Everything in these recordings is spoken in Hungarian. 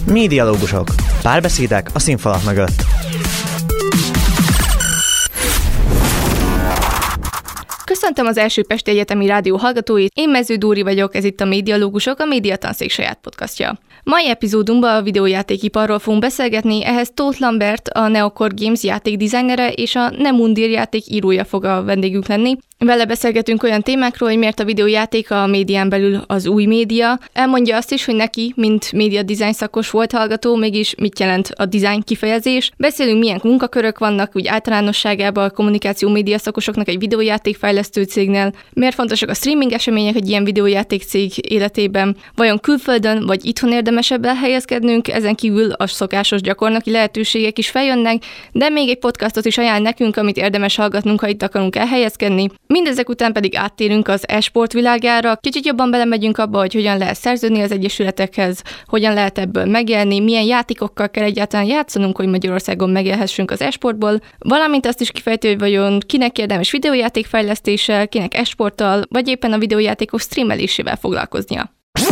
Médialógusok. Párbeszédek a színfalak mögött. Köszöntöm az Első Pesti Egyetemi Rádió hallgatóit, én Mező Dóri vagyok, ez itt a Médialógusok, a Médiatanszék saját podcastja. Mai epizódunkban a videójátékiparról fogunk beszélgetni, ehhez Tóth Lambert, a Neocore Games játékdesignere és a Nemundir játék írója fog a vendégünk lenni. Vele beszélgetünk olyan témákról, hogy miért a videójáték a médián belül az új média. Elmondja azt is, hogy neki, mint média design szakos volt hallgató, mégis mit jelent a design kifejezés. Beszélünk, milyen munkakörök vannak, úgy általánosságában a kommunikáció média szakosoknak egy videójátékfejlesztő cégnél. Miért fontosak a streaming események egy ilyen videójáték cég életében? Vajon külföldön vagy itthon érdemesebb elhelyezkednünk? Ezen kívül a szokásos gyakornoki lehetőségek is feljönnek, de még egy podcastot is ajánl nekünk, amit érdemes hallgatnunk, ha itt akarunk elhelyezkedni. Mindezek után pedig áttérünk az e-sport világára, kicsit jobban belemegyünk abba, hogy hogyan lehet szerződni az egyesületekhez, hogyan lehet ebből megélni, milyen játékokkal kell egyáltalán játszanunk, hogy Magyarországon megélhessünk az e-sportból, valamint azt is kifejtő, hogy vajon kinek érdemes videójátékfejlesztéssel, kinek e-sporttal, vagy éppen a videójátékok streamelésével foglalkoznia.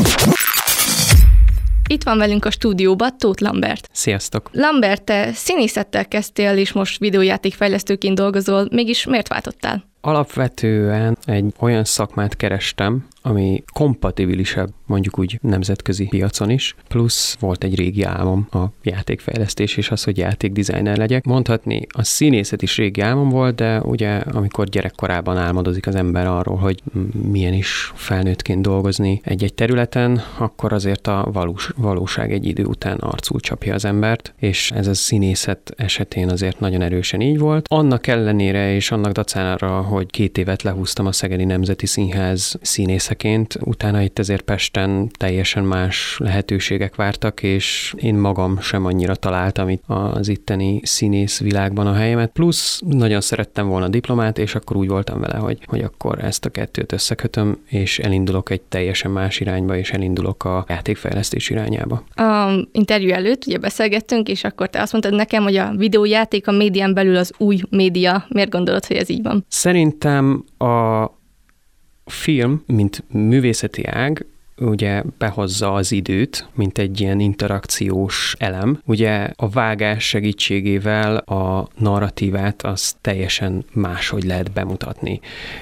Itt van velünk a stúdióban Tóth Lambert. Sziasztok! Lambert, te színészettel kezdtél, és most videójátékfejlesztőként dolgozol, mégis miért váltottál? Alapvetően egy olyan szakmát kerestem, ami kompatibilisebb mondjuk úgy nemzetközi piacon is, plusz volt egy régi álmom a játékfejlesztés és az, hogy játékdesigner legyek. Mondhatni, a színészet is régi álmom volt, de ugye amikor gyerekkorában álmodozik az ember arról, hogy milyen is felnőttként dolgozni egy-egy területen, akkor azért a valóság egy idő után arcul csapja az embert, és ez a színészet esetén azért nagyon erősen így volt. Annak ellenére és annak dacára, hogy 2 évet lehúztam a Szegedi Nemzeti Színház színészeként, utána itt azért Pesten teljesen más lehetőségek vártak, és én magam sem annyira találtam itt az itteni színész világban a helyemet, plusz nagyon szerettem volna diplomát, és akkor úgy voltam vele, hogy akkor ezt a kettőt összekötöm, és elindulok egy teljesen más irányba, és elindulok a játékfejlesztés irányába. A interjú előtt ugye beszélgettünk, és akkor te azt mondtad nekem, hogy a videójáték a médián belül az új média. Miért gondolod, hogy ez így van? Szerintem a film, mint művészeti ág, ugye behozza az időt, mint egy ilyen interakciós elem. Ugye a vágás segítségével a narratívát az teljesen máshogy lehet bemutatni.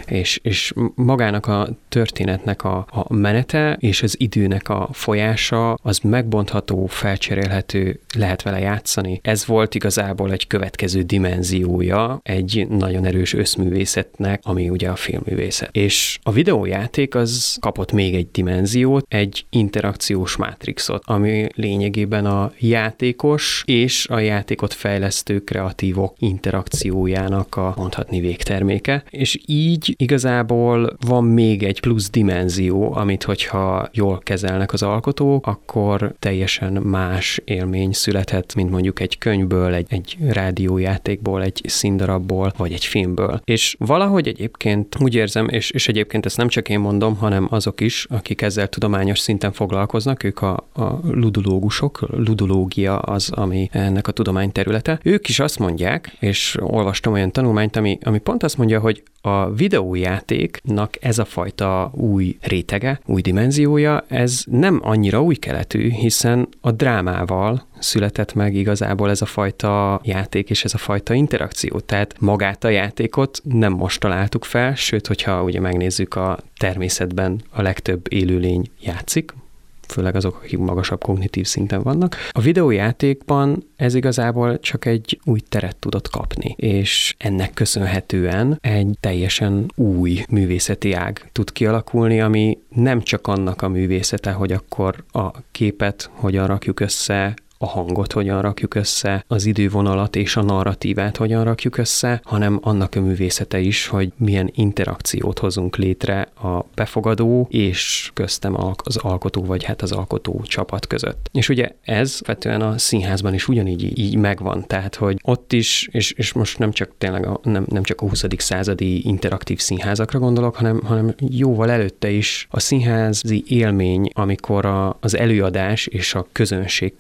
És magának a történetnek a menete és az időnek a folyása az megbontható, felcserélhető, lehet vele játszani. Ez volt igazából egy következő dimenziója egy nagyon erős összművészetnek, ami ugye a filmművészet. És a videójáték az kapott még egy dimenziót, egy interakciós mátrixot, ami lényegében a játékos és a játékot fejlesztő kreatívok interakciójának a mondhatni végterméke, és így igazából van még egy plusz dimenzió, amit hogyha jól kezelnek az alkotók, akkor teljesen más élmény születhet, mint mondjuk egy könyvből, egy rádiójátékból, egy színdarabból, vagy egy filmből. És valahogy egyébként úgy érzem, és egyébként ezt nem csak én mondom, hanem azok is, akik ezzel tudományos szinten foglalkoznak, ők a ludológusok, ludológia az, ami ennek a tudományterülete. Ők is azt mondják, és olvastam olyan tanulmányt, ami pont azt mondja, hogy a videójátéknak ez a fajta új rétege, új dimenziója, ez nem annyira új keletű, hiszen a drámával született meg igazából ez a fajta játék és ez a fajta interakció. Tehát magát a játékot nem most találtuk fel, sőt, hogyha ugye megnézzük a természetben a legtöbb élőlény játszik, főleg azok, akik magasabb kognitív szinten vannak. A videójátékban ez igazából csak egy új teret tudott kapni, és ennek köszönhetően egy teljesen új művészeti ág tud kialakulni, ami nem csak annak a művészete, hogy akkor a képet hogyan rakjuk össze, a hangot hogyan rakjuk össze, az idővonalat és a narratívát hogyan rakjuk össze, hanem annak a művészete is, hogy milyen interakciót hozunk létre a befogadó és köztem az alkotó, vagy hát az alkotó csapat között. És ugye ez vetően a színházban is ugyanígy így megvan, tehát hogy ott is, és most nem csak tényleg nem csak a 20. századi interaktív színházakra gondolok, hanem jóval előtte is a színházi élmény, amikor az előadás és a közönség között létrejön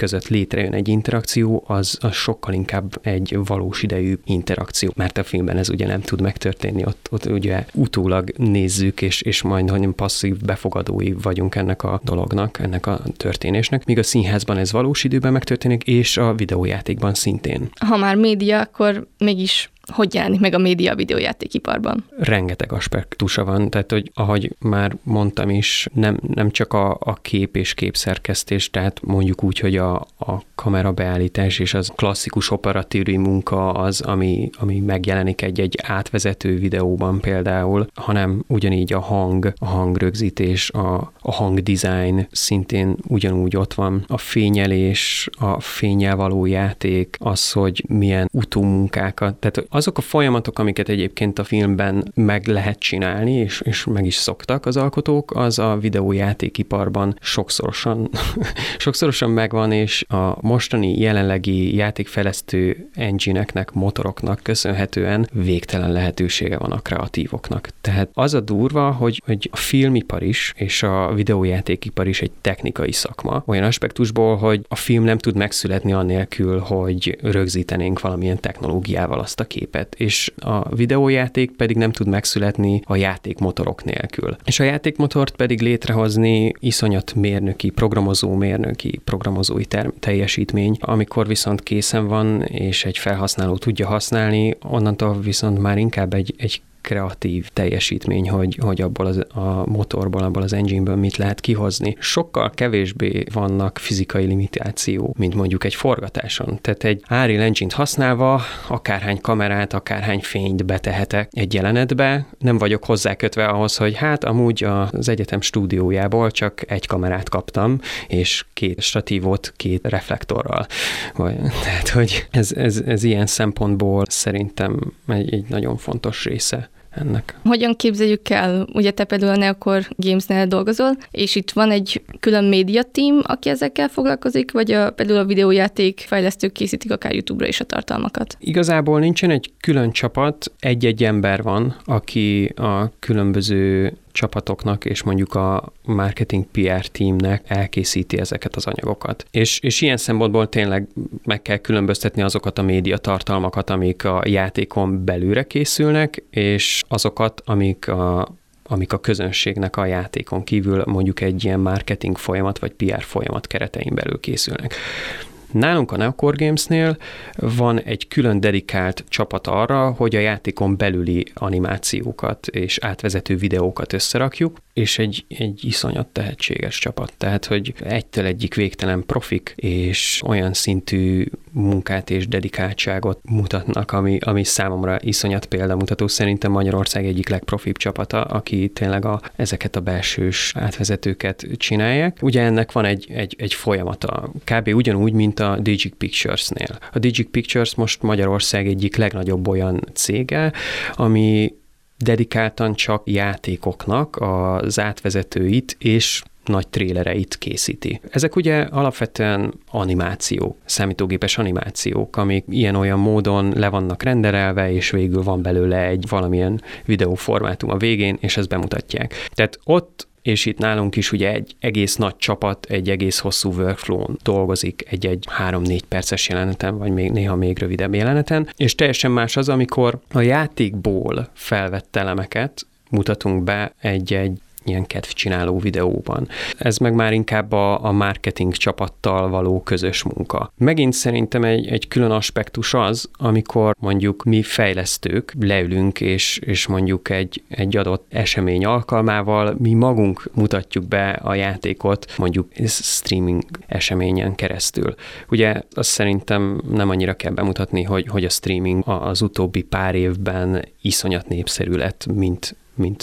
létrejön egy interakció, az sokkal inkább egy valós idejű interakció, mert a filmben ez ugye nem tud megtörténni, ott ugye utólag nézzük, és majd nagyon passzív befogadói vagyunk ennek a dolognak, ennek a történésnek, míg a színházban ez valós időben megtörténik, és a videójátékban szintén. Ha már média, akkor mégis hogy jelenik meg a média a videójátékiparban? Rengeteg aspektusa van, tehát hogy ahogy már mondtam is, nem csak a kép és képszerkesztés, tehát mondjuk úgy, hogy a kamerabeállítás és az klasszikus operatőri munka az, ami megjelenik egy átvezető videóban például, hanem ugyanígy a hangrögzítés, a hangdesign szintén ugyanúgy ott van, a fényelés, a fénnyel való játék, az, hogy milyen utómunkákat, tehát azok a folyamatok, amiket egyébként a filmben meg lehet csinálni, és meg is szoktak az alkotók, az a videójátékiparban sokszorosan megvan, és a mostani jelenlegi játékfejlesztő engine-eknek, motoroknak köszönhetően végtelen lehetősége van a kreatívoknak. Tehát az a durva, hogy a filmipar is, és a videójátékipar is egy technikai szakma. Olyan aspektusból, hogy a film nem tud megszületni annélkül, hogy rögzítenénk valamilyen technológiával azt a képet, és a videójáték pedig nem tud megszületni a játékmotorok nélkül. És a játékmotort pedig létrehozni iszonyat programozói teljesítmény, amikor viszont készen van, és egy felhasználó tudja használni, onnantól viszont már inkább egy kreatív teljesítmény, hogy abból a motorból, abból az engineből mit lehet kihozni. Sokkal kevésbé vannak fizikai limitáció, mint mondjuk egy forgatáson. Tehát egy Unreal Engine-t használva akárhány kamerát, akárhány fényt betehetek egy jelenetbe, nem vagyok hozzákötve ahhoz, hogy hát amúgy az egyetem stúdiójából csak egy kamerát kaptam, és 2 statívot 2 reflektorral. Tehát, hogy ez ilyen szempontból szerintem egy nagyon fontos része ennek. Hogyan képzeljük el, ugye te például a Neocore Games-nél dolgozol, és itt van egy külön média team, aki ezekkel foglalkozik, vagy például a videójáték fejlesztők készítik akár YouTube-ra is a tartalmakat? Igazából nincsen egy külön csapat, egy-egy ember van, aki a különböző csapatoknak és mondjuk a marketing PR teamnek elkészíti ezeket az anyagokat. És ilyen szempontból tényleg meg kell különböztetni azokat a média tartalmakat, amik a játékon belülre készülnek, és azokat, amik a közönségnek a játékon kívül mondjuk egy ilyen marketing folyamat vagy PR folyamat keretein belül készülnek. Nálunk a Neocore Games-nél van egy külön dedikált csapat arra, hogy a játékon belüli animációkat és átvezető videókat összerakjuk, és egy iszonyat tehetséges csapat. Tehát, hogy egytől egyik végtelen profik, és olyan szintű munkát és dedikáltságot mutatnak, ami számomra iszonyat példamutató. Szerintem Magyarország egyik legprofibb csapata, aki tényleg ezeket a belsős átvezetőket csinálják. Ugye ennek van egy folyamata, kb. Ugyanúgy, mint a Digic Pictures-nél. A Digic Pictures most Magyarország egyik legnagyobb olyan cége, ami dedikáltan csak játékoknak az átvezetőit és nagy trélereit készíti. Ezek ugye alapvetően animációk, számítógépes animációk, amik ilyen-olyan módon le vannak renderelve, és végül van belőle egy valamilyen videóformátum a végén, és ezt bemutatják. Tehát ott és itt nálunk is ugye egy egész nagy csapat, egy egész hosszú workflow-n dolgozik egy 3-4 perces jeleneten, vagy néha még rövidebb jeleneten, és teljesen más az, amikor a játékból felvett elemeket mutatunk be egy ilyen kedvcsináló videóban. Ez meg már inkább a marketing csapattal való közös munka. Megint szerintem egy külön aspektus az, amikor mondjuk mi fejlesztők leülünk, és mondjuk egy adott esemény alkalmával mi magunk mutatjuk be a játékot mondjuk streaming eseményen keresztül. Ugye azt szerintem nem annyira kell bemutatni, hogy a streaming az utóbbi pár évben iszonyat népszerű lett, mint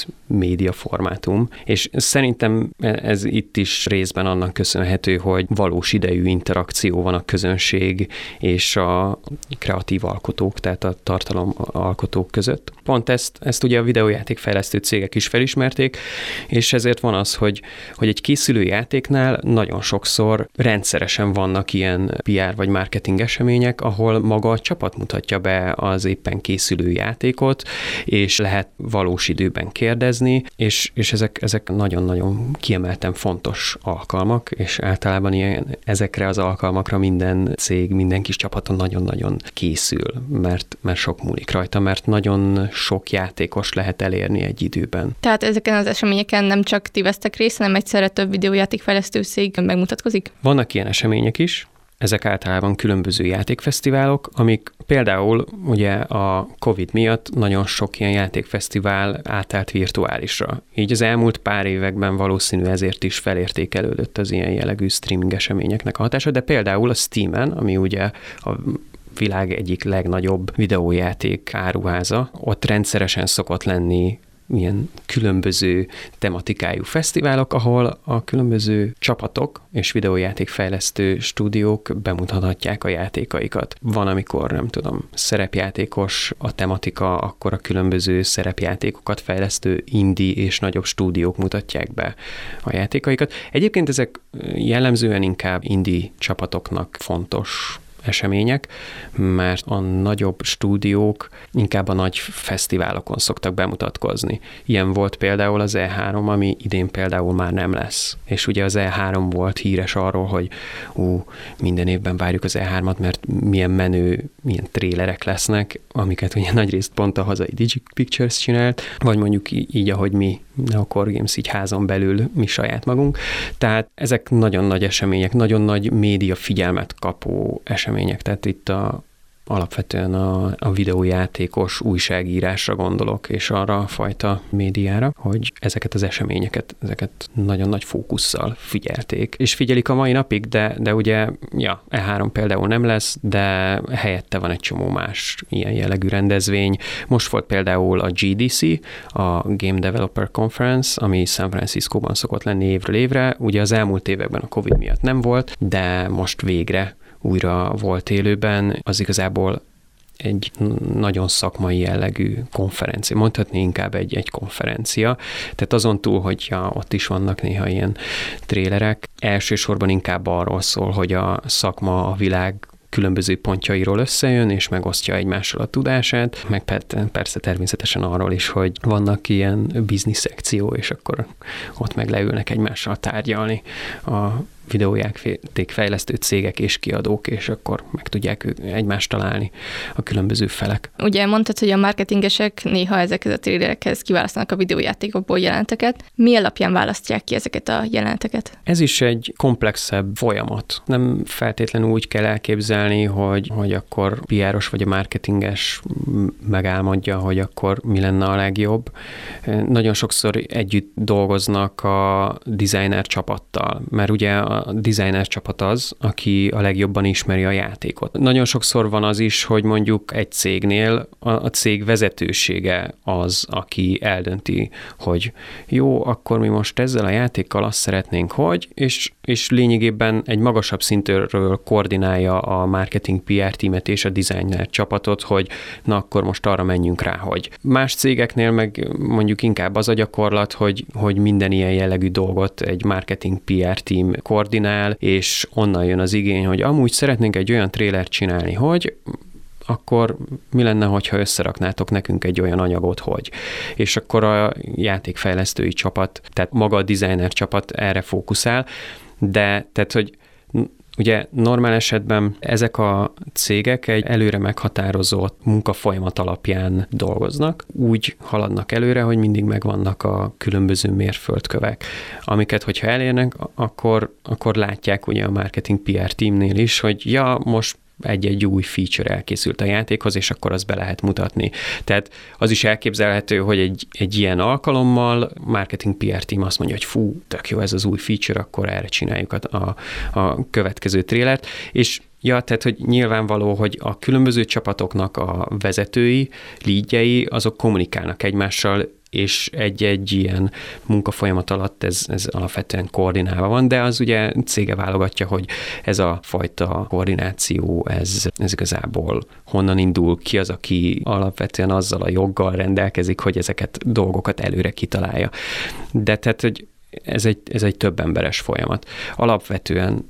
médiaformátum, és szerintem ez itt is részben annak köszönhető, hogy valós idejű interakció van a közönség és a kreatív alkotók, tehát a tartalomalkotók között. Pont ezt ugye a videójátékfejlesztő cégek is felismerték, és ezért van az, hogy egy készülő játéknál nagyon sokszor rendszeresen vannak ilyen PR vagy marketing események, ahol maga a csapat mutatja be az éppen készülő játékot, és lehet valós időben mélyebben kérdezni, és ezek nagyon-nagyon kiemelten fontos alkalmak, és általában ezekre az alkalmakra minden cég, minden kis csapaton nagyon-nagyon készül, mert sok múlik rajta, mert nagyon sok játékos lehet elérni egy időben. Tehát ezeken az eseményeken nem csak ti vesztek részt, hanem egyszerre több videójátékfejlesztő cég megmutatkozik? Vannak ilyen események is, ezek általában különböző játékfesztiválok, amik például ugye a Covid miatt nagyon sok ilyen játékfesztivál átállt virtuálisra. Így az elmúlt pár években valószínű ezért is felértékelődött az ilyen jellegű streaming eseményeknek a hatása, de például a Steamen, ami ugye a világ egyik legnagyobb videójáték áruháza, ott rendszeresen szokott lenni ilyen különböző tematikájú fesztiválok, ahol a különböző csapatok és videójátékfejlesztő stúdiók bemutathatják a játékaikat. Van, amikor, nem tudom, szerepjátékos a tematika, akkor a különböző szerepjátékokat fejlesztő indie és nagyobb stúdiók mutatják be a játékaikat. Egyébként ezek jellemzően inkább indie csapatoknak fontos események, mert a nagyobb stúdiók inkább a nagy fesztiválokon szoktak bemutatkozni. Ilyen volt például az E3, ami idén például már nem lesz. És ugye az E3 volt híres arról, hogy minden évben várjuk az E3-at, mert milyen menő, milyen trélerek lesznek, amiket ugye nagyrészt pont a hazai Digic Pictures csinált, vagy mondjuk így, ahogy mi Neocore Games így házon belül mi saját magunk. Tehát ezek nagyon nagy események, nagyon nagy média figyelmet kapó események. Tehát itt alapvetően a videójátékos újságírásra gondolok, és arra a fajta médiára, hogy ezeket az eseményeket, ezeket nagyon nagy fókusszal figyelték. És figyelik a mai napig, de ugye, E3 például nem lesz, de helyette van egy csomó más ilyen jellegű rendezvény. Most volt például a GDC, a Game Developer Conference, ami San Franciscóban szokott lenni évről évre. Ugye az elmúlt években a Covid miatt nem volt, de most végre újra volt élőben, az igazából egy nagyon szakmai jellegű konferencia, mondhatni inkább egy konferencia. Tehát azon túl, hogy ott is vannak néha ilyen trélerek, elsősorban inkább arról szól, hogy a szakma a világ különböző pontjairól összejön, és megosztja egymással a tudását, meg persze természetesen arról is, hogy vannak ilyen biznisz szekció, és akkor ott meg leülnek egymással tárgyalni a videójátékfejlesztő cégek és kiadók, és akkor meg tudják egymást találni a különböző felek. Ugye mondtad, hogy a marketingesek néha ezekhez a trélerekhez kiválasztanak a videójátékokból jeleneteket. Mi alapján választják ki ezeket a jeleneteket? Ez is egy komplexebb folyamat. Nem feltétlenül úgy kell elképzelni, hogy akkor PR-os vagy a marketinges megálmodja, hogy akkor mi lenne a legjobb. Nagyon sokszor együtt dolgoznak a designer csapattal, mert ugye a designer csapat az, aki a legjobban ismeri a játékot. Nagyon sokszor van az is, hogy mondjuk egy cégnél a cég vezetősége az, aki eldönti, hogy jó, akkor mi most ezzel a játékkal azt szeretnénk, hogy, és lényegében egy magasabb szintről koordinálja a marketing PR tímet és a designer csapatot, hogy na akkor most arra menjünk rá, hogy. Más cégeknél meg mondjuk inkább az a gyakorlat, hogy minden ilyen jellegű dolgot egy marketing PR tím koordinál, és onnan jön az igény, hogy amúgy szeretnénk egy olyan trélert csinálni, hogy akkor mi lenne, hogyha összeraknátok nekünk egy olyan anyagot, hogy. És akkor a játékfejlesztői csapat, tehát maga a designer csapat erre fókuszál, de tehát, hogy ugye normál esetben ezek a cégek egy előre meghatározott munkafolyamat alapján dolgoznak, úgy haladnak előre, hogy mindig megvannak a különböző mérföldkövek, amiket, hogyha elérnek, akkor látják ugye a marketing PR teamnél is, hogy most egy új feature elkészült a játékhoz, és akkor azt be lehet mutatni. Tehát az is elképzelhető, hogy egy ilyen alkalommal marketing PR team azt mondja, hogy fú, tök jó ez az új feature, akkor erre csináljuk a következő trélert, és tehát, hogy nyilvánvaló, hogy a különböző csapatoknak a vezetői, leadjei, azok kommunikálnak egymással, és egy ilyen munkafolyamat alatt ez alapvetően koordinálva van, de az ugye cége válogatja, hogy ez a fajta koordináció, ez igazából honnan indul, ki az, aki alapvetően azzal a joggal rendelkezik, hogy ezeket dolgokat előre kitalálja. De tehát, hogy ez egy több emberes folyamat. Alapvetően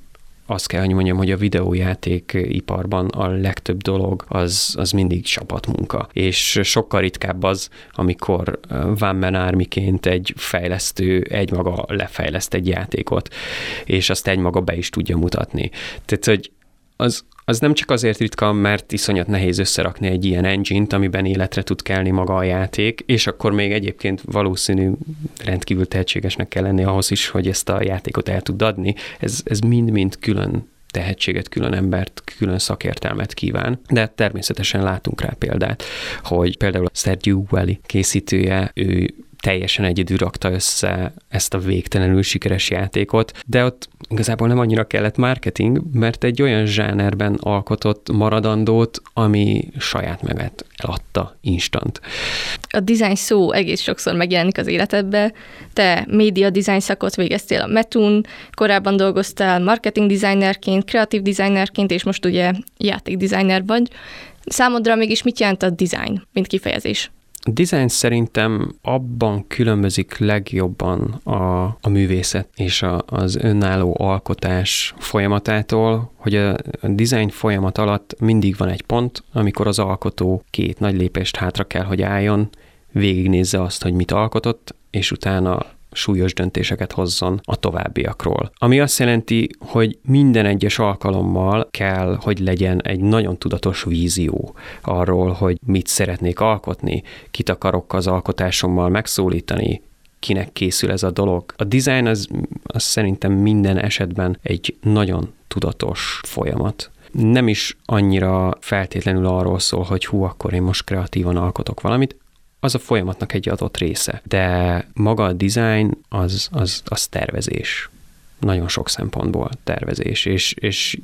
azt kell, hogy mondjam, hogy a videójáték iparban a legtöbb dolog az mindig csapatmunka. És sokkal ritkább az, amikor one man army-ként egy fejlesztő egymaga lefejleszt egy játékot, és azt egymaga be is tudja mutatni. Tehát, hogy az nem csak azért ritka, mert iszonyat nehéz összerakni egy ilyen engine-t, amiben életre tud kelni maga a játék, és akkor még egyébként valószínű rendkívül tehetségesnek kell lenni ahhoz is, hogy ezt a játékot el tud adni. Ez mind-mind külön tehetséget, külön embert, külön szakértelmet kíván, de természetesen látunk rá példát, hogy például a Stardew Valley készítője, ő teljesen egyedül rakta össze ezt a végtelenül sikeres játékot, de ott igazából nem annyira kellett marketing, mert egy olyan zsánerben alkotott maradandót, ami saját magát eladta instant. A design szó egész sokszor megjelenik az életedbe. Te média design szakot végeztél a Metun, korábban dolgoztál marketing designerként, kreatív designerként, és most ugye játékdesigner vagy. Számodra mégis mit jelent a design, mint kifejezés? A design szerintem abban különbözik legjobban a művészet és az önálló alkotás folyamatától, hogy a design folyamat alatt mindig van egy pont, amikor az alkotó 2 nagy lépést hátra kell, hogy álljon, végignézze azt, hogy mit alkotott, és utána súlyos döntéseket hozzon a továbbiakról. Ami azt jelenti, hogy minden egyes alkalommal kell, hogy legyen egy nagyon tudatos vízió arról, hogy mit szeretnék alkotni, kit akarok az alkotásommal megszólítani, kinek készül ez a dolog. A design az szerintem minden esetben egy nagyon tudatos folyamat. Nem is annyira feltétlenül arról szól, hogy akkor én most kreatívan alkotok valamit, az a folyamatnak egy adott része. De maga a design az tervezés. Nagyon sok szempontból tervezés, és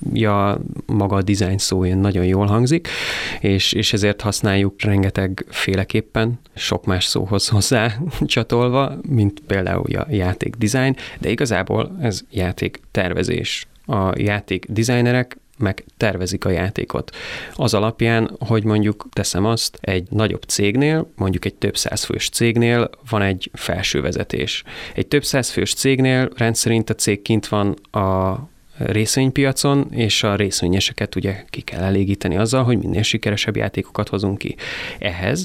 maga a design szó ilyen nagyon jól hangzik, és ezért használjuk rengeteg féleképpen, sok más szóhoz hozzá csatolva, mint például a játék design, de igazából ez játék tervezés. A játék designerek meg tervezik a játékot. Az alapján, hogy mondjuk teszem azt, egy nagyobb cégnél, mondjuk egy több száz fős cégnél van egy felső vezetés. Egy több száz fős cégnél rendszerint a cég kint van a részvénypiacon, és a részvényeseket ugye ki kell elégíteni azzal, hogy minél sikeresebb játékokat hozunk ki. Ehhez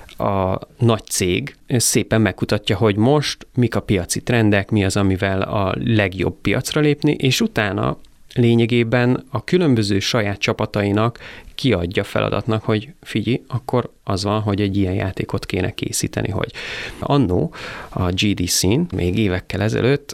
a nagy cég szépen megkutatja, hogy most mik a piaci trendek, mi az, amivel a legjobb piacra lépni, és utána lényegében a különböző saját csapatainak kiadja feladatnak, hogy figyelj, akkor az van, hogy egy ilyen játékot kéne készíteni, hogy annó a GDC-n, még évekkel ezelőtt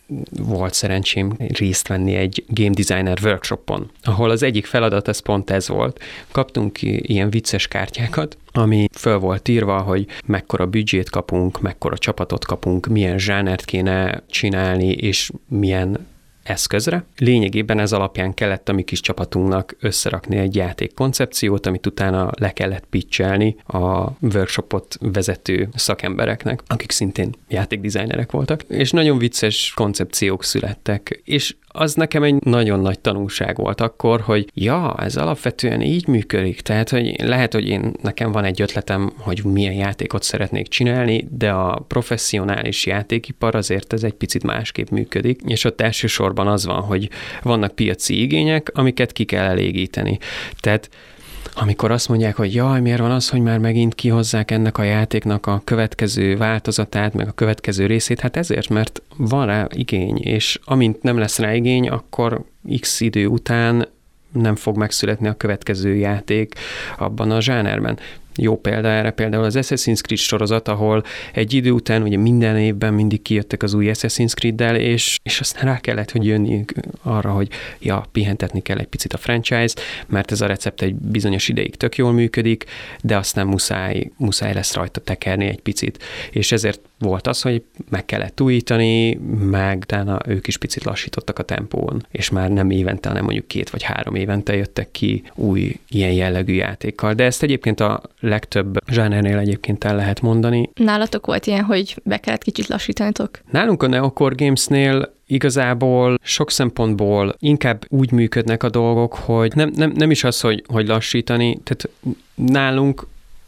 volt szerencsém részt venni egy game designer workshopon, ahol az egyik feladat ez pont ez volt. Kaptunk ilyen vicces kártyákat, ami föl volt írva, hogy mekkora büdzsét kapunk, mekkora csapatot kapunk, milyen zsánert kéne csinálni, és milyen eszközre. Lényegében ez alapján kellett a mi kis csapatunknak összerakni egy játékkoncepciót, amit utána le kellett pitchelni a workshopot vezető szakembereknek, akik szintén játékdesignerek voltak, és nagyon vicces koncepciók születtek, és az nekem egy nagyon nagy tanulság volt akkor, hogy ez alapvetően így működik, tehát hogy lehet, hogy nekem van egy ötletem, hogy milyen játékot szeretnék csinálni, de a professzionális játékipar azért ez egy picit másképp működik, és ott elsősorban az van, hogy vannak piaci igények, amiket ki kell elégíteni. Tehát amikor azt mondják, hogy miért van az, hogy már megint kihozzák ennek a játéknak a következő változatát, meg a következő részét, hát ezért, mert van rá igény, és amint nem lesz rá igény, akkor x idő után nem fog megszületni a következő játék abban a zsánerben. Jó példa erre például az Assassin's Creed sorozat, ahol egy idő után ugye minden évben mindig kijöttek az új Assassin's Creed-del, és aztán rá kellett, hogy jönni arra, hogy pihentetni kell egy picit a franchise-t, mert ez a recept egy bizonyos ideig tök jól működik, de aztán muszáj lesz rajta tekerni egy picit. És ezért volt az, hogy meg kellett újítani, meg utána ők is picit lassítottak a tempón, és már nem évente, hanem mondjuk 2 vagy 3 évente jöttek ki új ilyen jellegű játékkal. De ezt egyébként a legtöbb zsánernél egyébként el lehet mondani. Nálatok volt ilyen, hogy be kellett kicsit lassítanitok? Nálunk a Neocore Gamesnél igazából sok szempontból inkább úgy működnek a dolgok, hogy nem is az, hogy lassítani, tehát nálunk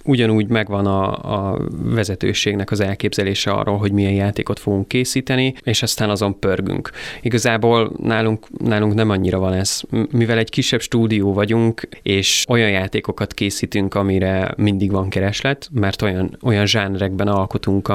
ugyanúgy megvan a vezetőségnek az elképzelése arról, hogy milyen játékot fogunk készíteni, és aztán azon pörgünk. Igazából nálunk nem annyira van ez. Mivel egy kisebb stúdió vagyunk, és olyan játékokat készítünk, amire mindig van kereslet, mert olyan zsánerekben alkotunk,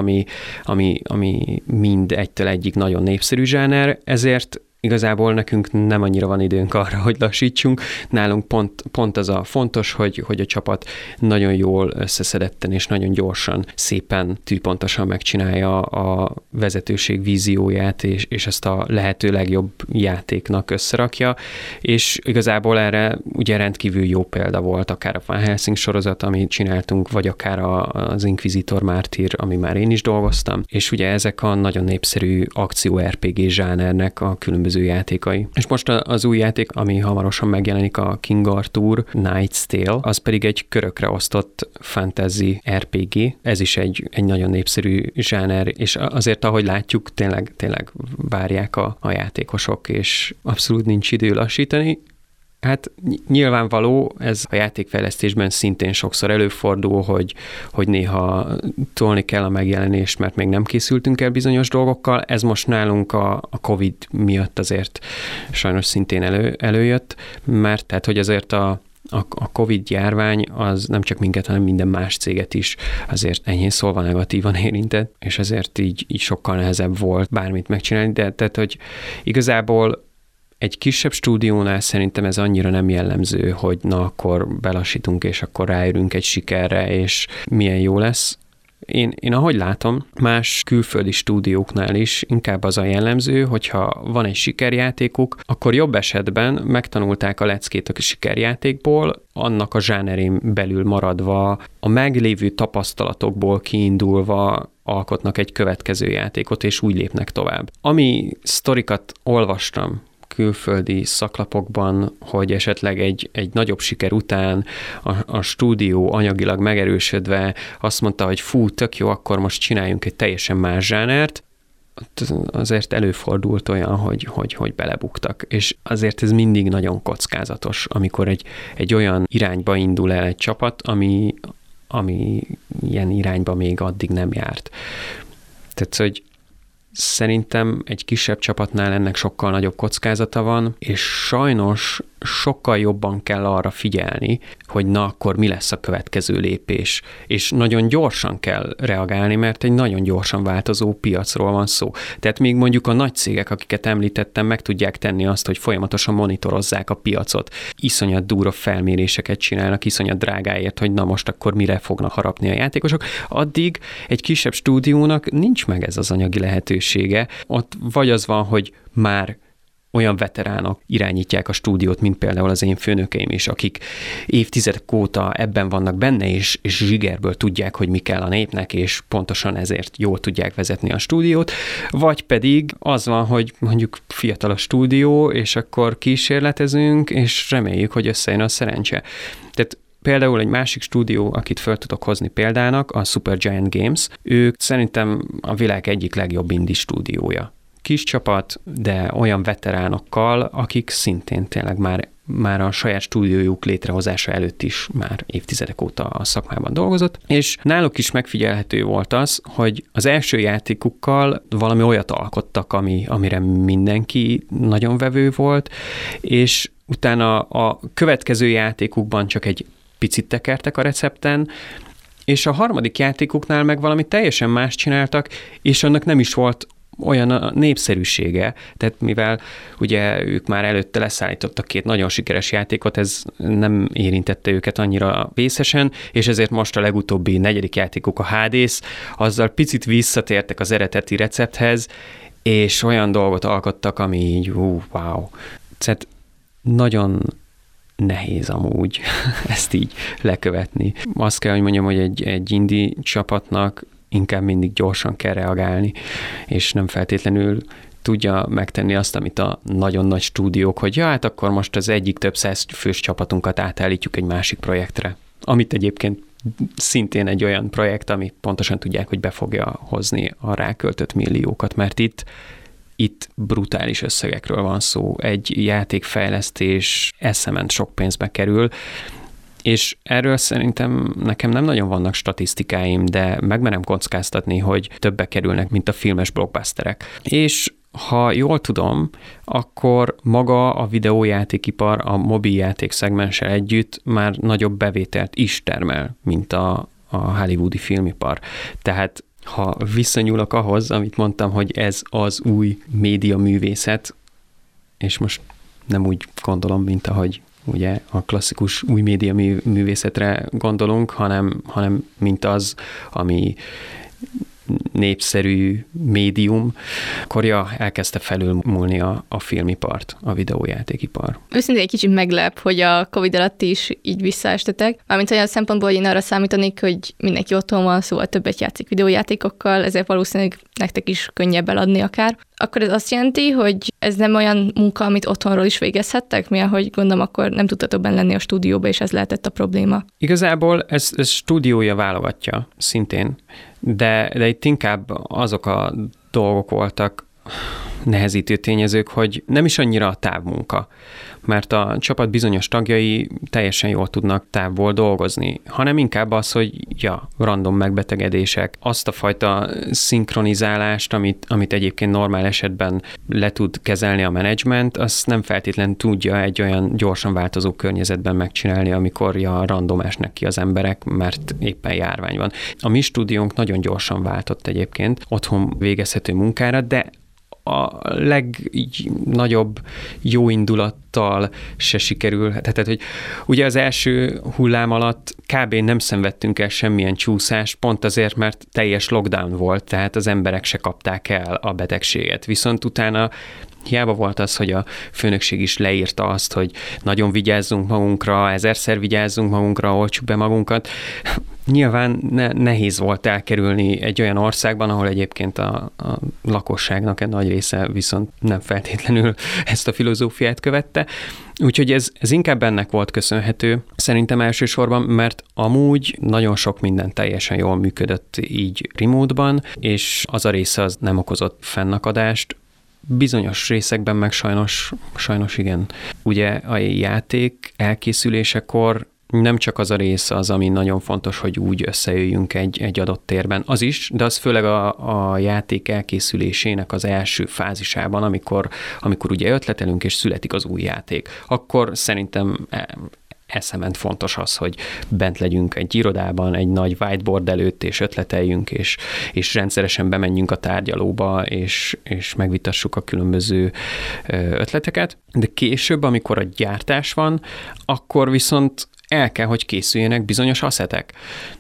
ami mind egytől egyig nagyon népszerű zsáner, ezért igazából nekünk nem annyira van időnk arra, hogy lassítsunk. Nálunk pont az a fontos, hogy a csapat nagyon jól összeszedetten és nagyon gyorsan, szépen, tűpontosan megcsinálja a vezetőség vízióját, és ezt a lehető legjobb játéknak összerakja, és igazából erre ugye rendkívül jó példa volt, akár a Van Helsing sorozat, amit csináltunk, vagy akár az Inquisitor Mártír, ami már én is dolgoztam, és ugye ezek a nagyon népszerű akció RPG zsánernek a különböző játékai. És most az új játék, ami hamarosan megjelenik, a King Arthur Knight's Tale, az pedig egy körökre osztott fantasy RPG. Ez is egy nagyon népszerű zsáner, és azért, ahogy látjuk, tényleg várják a játékosok, és abszolút nincs idő lassítani. Hát nyilvánvaló, ez a játékfejlesztésben szintén sokszor előfordul, hogy néha tolni kell a megjelenést, mert még nem készültünk el bizonyos dolgokkal. Ez most nálunk a Covid miatt azért sajnos szintén előjött, mert tehát, hogy azért a Covid járvány az nem csak minket, hanem minden más céget is azért enyhén szólva negatívan érintett, és ezért így sokkal nehezebb volt bármit megcsinálni, de tehát, hogy igazából egy kisebb stúdiónál szerintem ez annyira nem jellemző, hogy na akkor belassítunk, és akkor ráérünk egy sikerre, és milyen jó lesz. Én ahogy látom, más külföldi stúdióknál is inkább az a jellemző, hogyha van egy sikerjátékuk, akkor jobb esetben megtanulták a leckét a sikerjátékból, annak a zsánerén belül maradva, a meglévő tapasztalatokból kiindulva alkotnak egy következő játékot, és úgy lépnek tovább. Ami sztorikat olvastam külföldi szaklapokban, hogy esetleg egy nagyobb siker után a stúdió anyagilag megerősödve azt mondta, hogy fú, tök jó, akkor most csináljunk egy teljesen más zsánert, azért előfordult olyan, hogy belebuktak. És azért ez mindig nagyon kockázatos, amikor egy olyan irányba indul el egy csapat, ami ilyen irányba még addig nem járt. Tehát, hogy szerintem egy kisebb csapatnál ennek sokkal nagyobb kockázata van, és sajnos sokkal jobban kell arra figyelni, hogy na akkor mi lesz a következő lépés. És nagyon gyorsan kell reagálni, mert egy nagyon gyorsan változó piacról van szó. Tehát még mondjuk a nagy cégek, akiket említettem, meg tudják tenni azt, hogy folyamatosan monitorozzák a piacot. Iszonyat durva felméréseket csinálnak, iszonyat drágáért, hogy na most akkor mire fognak harapni a játékosok. Addig egy kisebb stúdiónak nincs meg ez az anyagi lehetősége. Ott vagy az van, hogy már olyan veteránok irányítják a stúdiót, mint például az én főnökeim is, akik évtizedek óta ebben vannak benne, és zsigerből tudják, hogy mi kell a népnek, és pontosan ezért jól tudják vezetni a stúdiót, vagy pedig az van, hogy mondjuk fiatal a stúdió, és akkor kísérletezünk, és reméljük, hogy összejön a szerencse. Tehát például egy másik stúdió, akit fel tudok hozni példának, a Supergiant Games, ők szerintem a világ egyik legjobb indie stúdiója. Kis csapat, de olyan veteránokkal, akik szintén tényleg már a saját stúdiójuk létrehozása előtt is már évtizedek óta a szakmában dolgozott, és náluk is megfigyelhető volt az, hogy az első játékukkal valami olyat alkottak, amire mindenki nagyon vevő volt, és utána a következő játékukban csak egy picit tekertek a recepten, és a harmadik játékuknál meg valami teljesen más csináltak, és annak nem is volt olyan a népszerűsége, tehát mivel ugye ők már előtte leszállítottak 2 nagyon sikeres játékot, ez nem érintette őket annyira vészesen, és ezért most a legutóbbi 4. játékuk, a Hades, azzal picit visszatértek az eredeti recepthez, és olyan dolgot alkottak, ami így wow. Tehát nagyon nehéz amúgy ezt így lekövetni. Azt kell, hogy mondjam, hogy egy indie csapatnak inkább mindig gyorsan kell reagálni, és nem feltétlenül tudja megtenni azt, amit a nagyon nagy stúdiók, hogy ja, hát akkor most az egyik több 100 fős csapatunkat átállítjuk egy másik projektre. Amit egyébként szintén egy olyan projekt, amit pontosan tudják, hogy be fogja hozni a ráköltött milliókat, mert itt brutális összegekről van szó. Egy játékfejlesztés eszement sok pénzbe kerül, És erről szerintem nekem nem nagyon vannak statisztikáim, de megmerem kockáztatni, hogy többe kerülnek, mint a filmes blockbusterek. És ha jól tudom, akkor maga a videójátékipar a mobiljáték szegmenssel együtt már nagyobb bevételt is termel, mint a hollywoodi filmipar. Tehát ha visszanyúlok ahhoz, amit mondtam, hogy ez az új médiaművészet, és most nem úgy gondolom, mint ahogy ugye a klasszikus új média művészetre gondolunk, hanem mint az, ami népszerű médium, akkor elkezdte felülmúlni a filmipart, a videójátékipar. Őszintén egy kicsit meglep, hogy a Covid alatt is így visszaestetek. Mármint olyan szempontból, hogy én arra számítanék, hogy mindenki otthon van, szóval többet játszik videójátékokkal, ezért valószínűleg nektek is könnyebb eladni akár. Akkor ez azt jelenti, hogy ez nem olyan munka, amit otthonról is végezhettek? Mi, ahogy gondolom, akkor nem tudtatok benne lenni a stúdióba, és ez lehetett a probléma. Igazából ez stúdiója válogatja szintén, de itt inkább azok a dolgok voltak, nehezítő tényezők, hogy nem is annyira a távmunka, mert a csapat bizonyos tagjai teljesen jól tudnak távból dolgozni, hanem inkább az, hogy random megbetegedések, azt a fajta szinkronizálást, amit egyébként normál esetben le tud kezelni a menedzsment, azt nem feltétlenül tudja egy olyan gyorsan változó környezetben megcsinálni, amikor random esnek ki az emberek, mert éppen járvány van. A mi stúdiónk nagyon gyorsan váltott egyébként otthon végezhető munkára, de a legnagyobb jó indulattal se sikerül. Tehát, hogy ugye az első hullám alatt kb. Nem szenvedtünk el semmilyen csúszást, pont azért, mert teljes lockdown volt, tehát az emberek se kapták el a betegséget. Viszont utána hiába volt az, hogy a főnökség is leírta azt, hogy nagyon vigyázzunk magunkra, 1000-szer vigyázzunk magunkra, oltsuk be magunkat. Nyilván nehéz volt elkerülni egy olyan országban, ahol egyébként a lakosságnak egy nagy része viszont nem feltétlenül ezt a filozófiát követte. Úgyhogy ez inkább ennek volt köszönhető, szerintem elsősorban, mert amúgy nagyon sok minden teljesen jól működött így remote-ban, és az a része az nem okozott fennakadást. Bizonyos részekben meg sajnos igen. Ugye a játék elkészülésekor nem csak az a rész az, ami nagyon fontos, hogy úgy összejöjjünk egy adott térben. Az is, de az főleg a játék elkészülésének az első fázisában, amikor ugye ötletelünk és születik az új játék. Akkor szerintem eszement fontos az, hogy bent legyünk egy irodában, egy nagy whiteboard előtt, és ötleteljünk, és rendszeresen bemenjünk a tárgyalóba, és megvitassuk a különböző ötleteket. De később, amikor a gyártás van, akkor viszont el kell, hogy készüljenek bizonyos asszetek.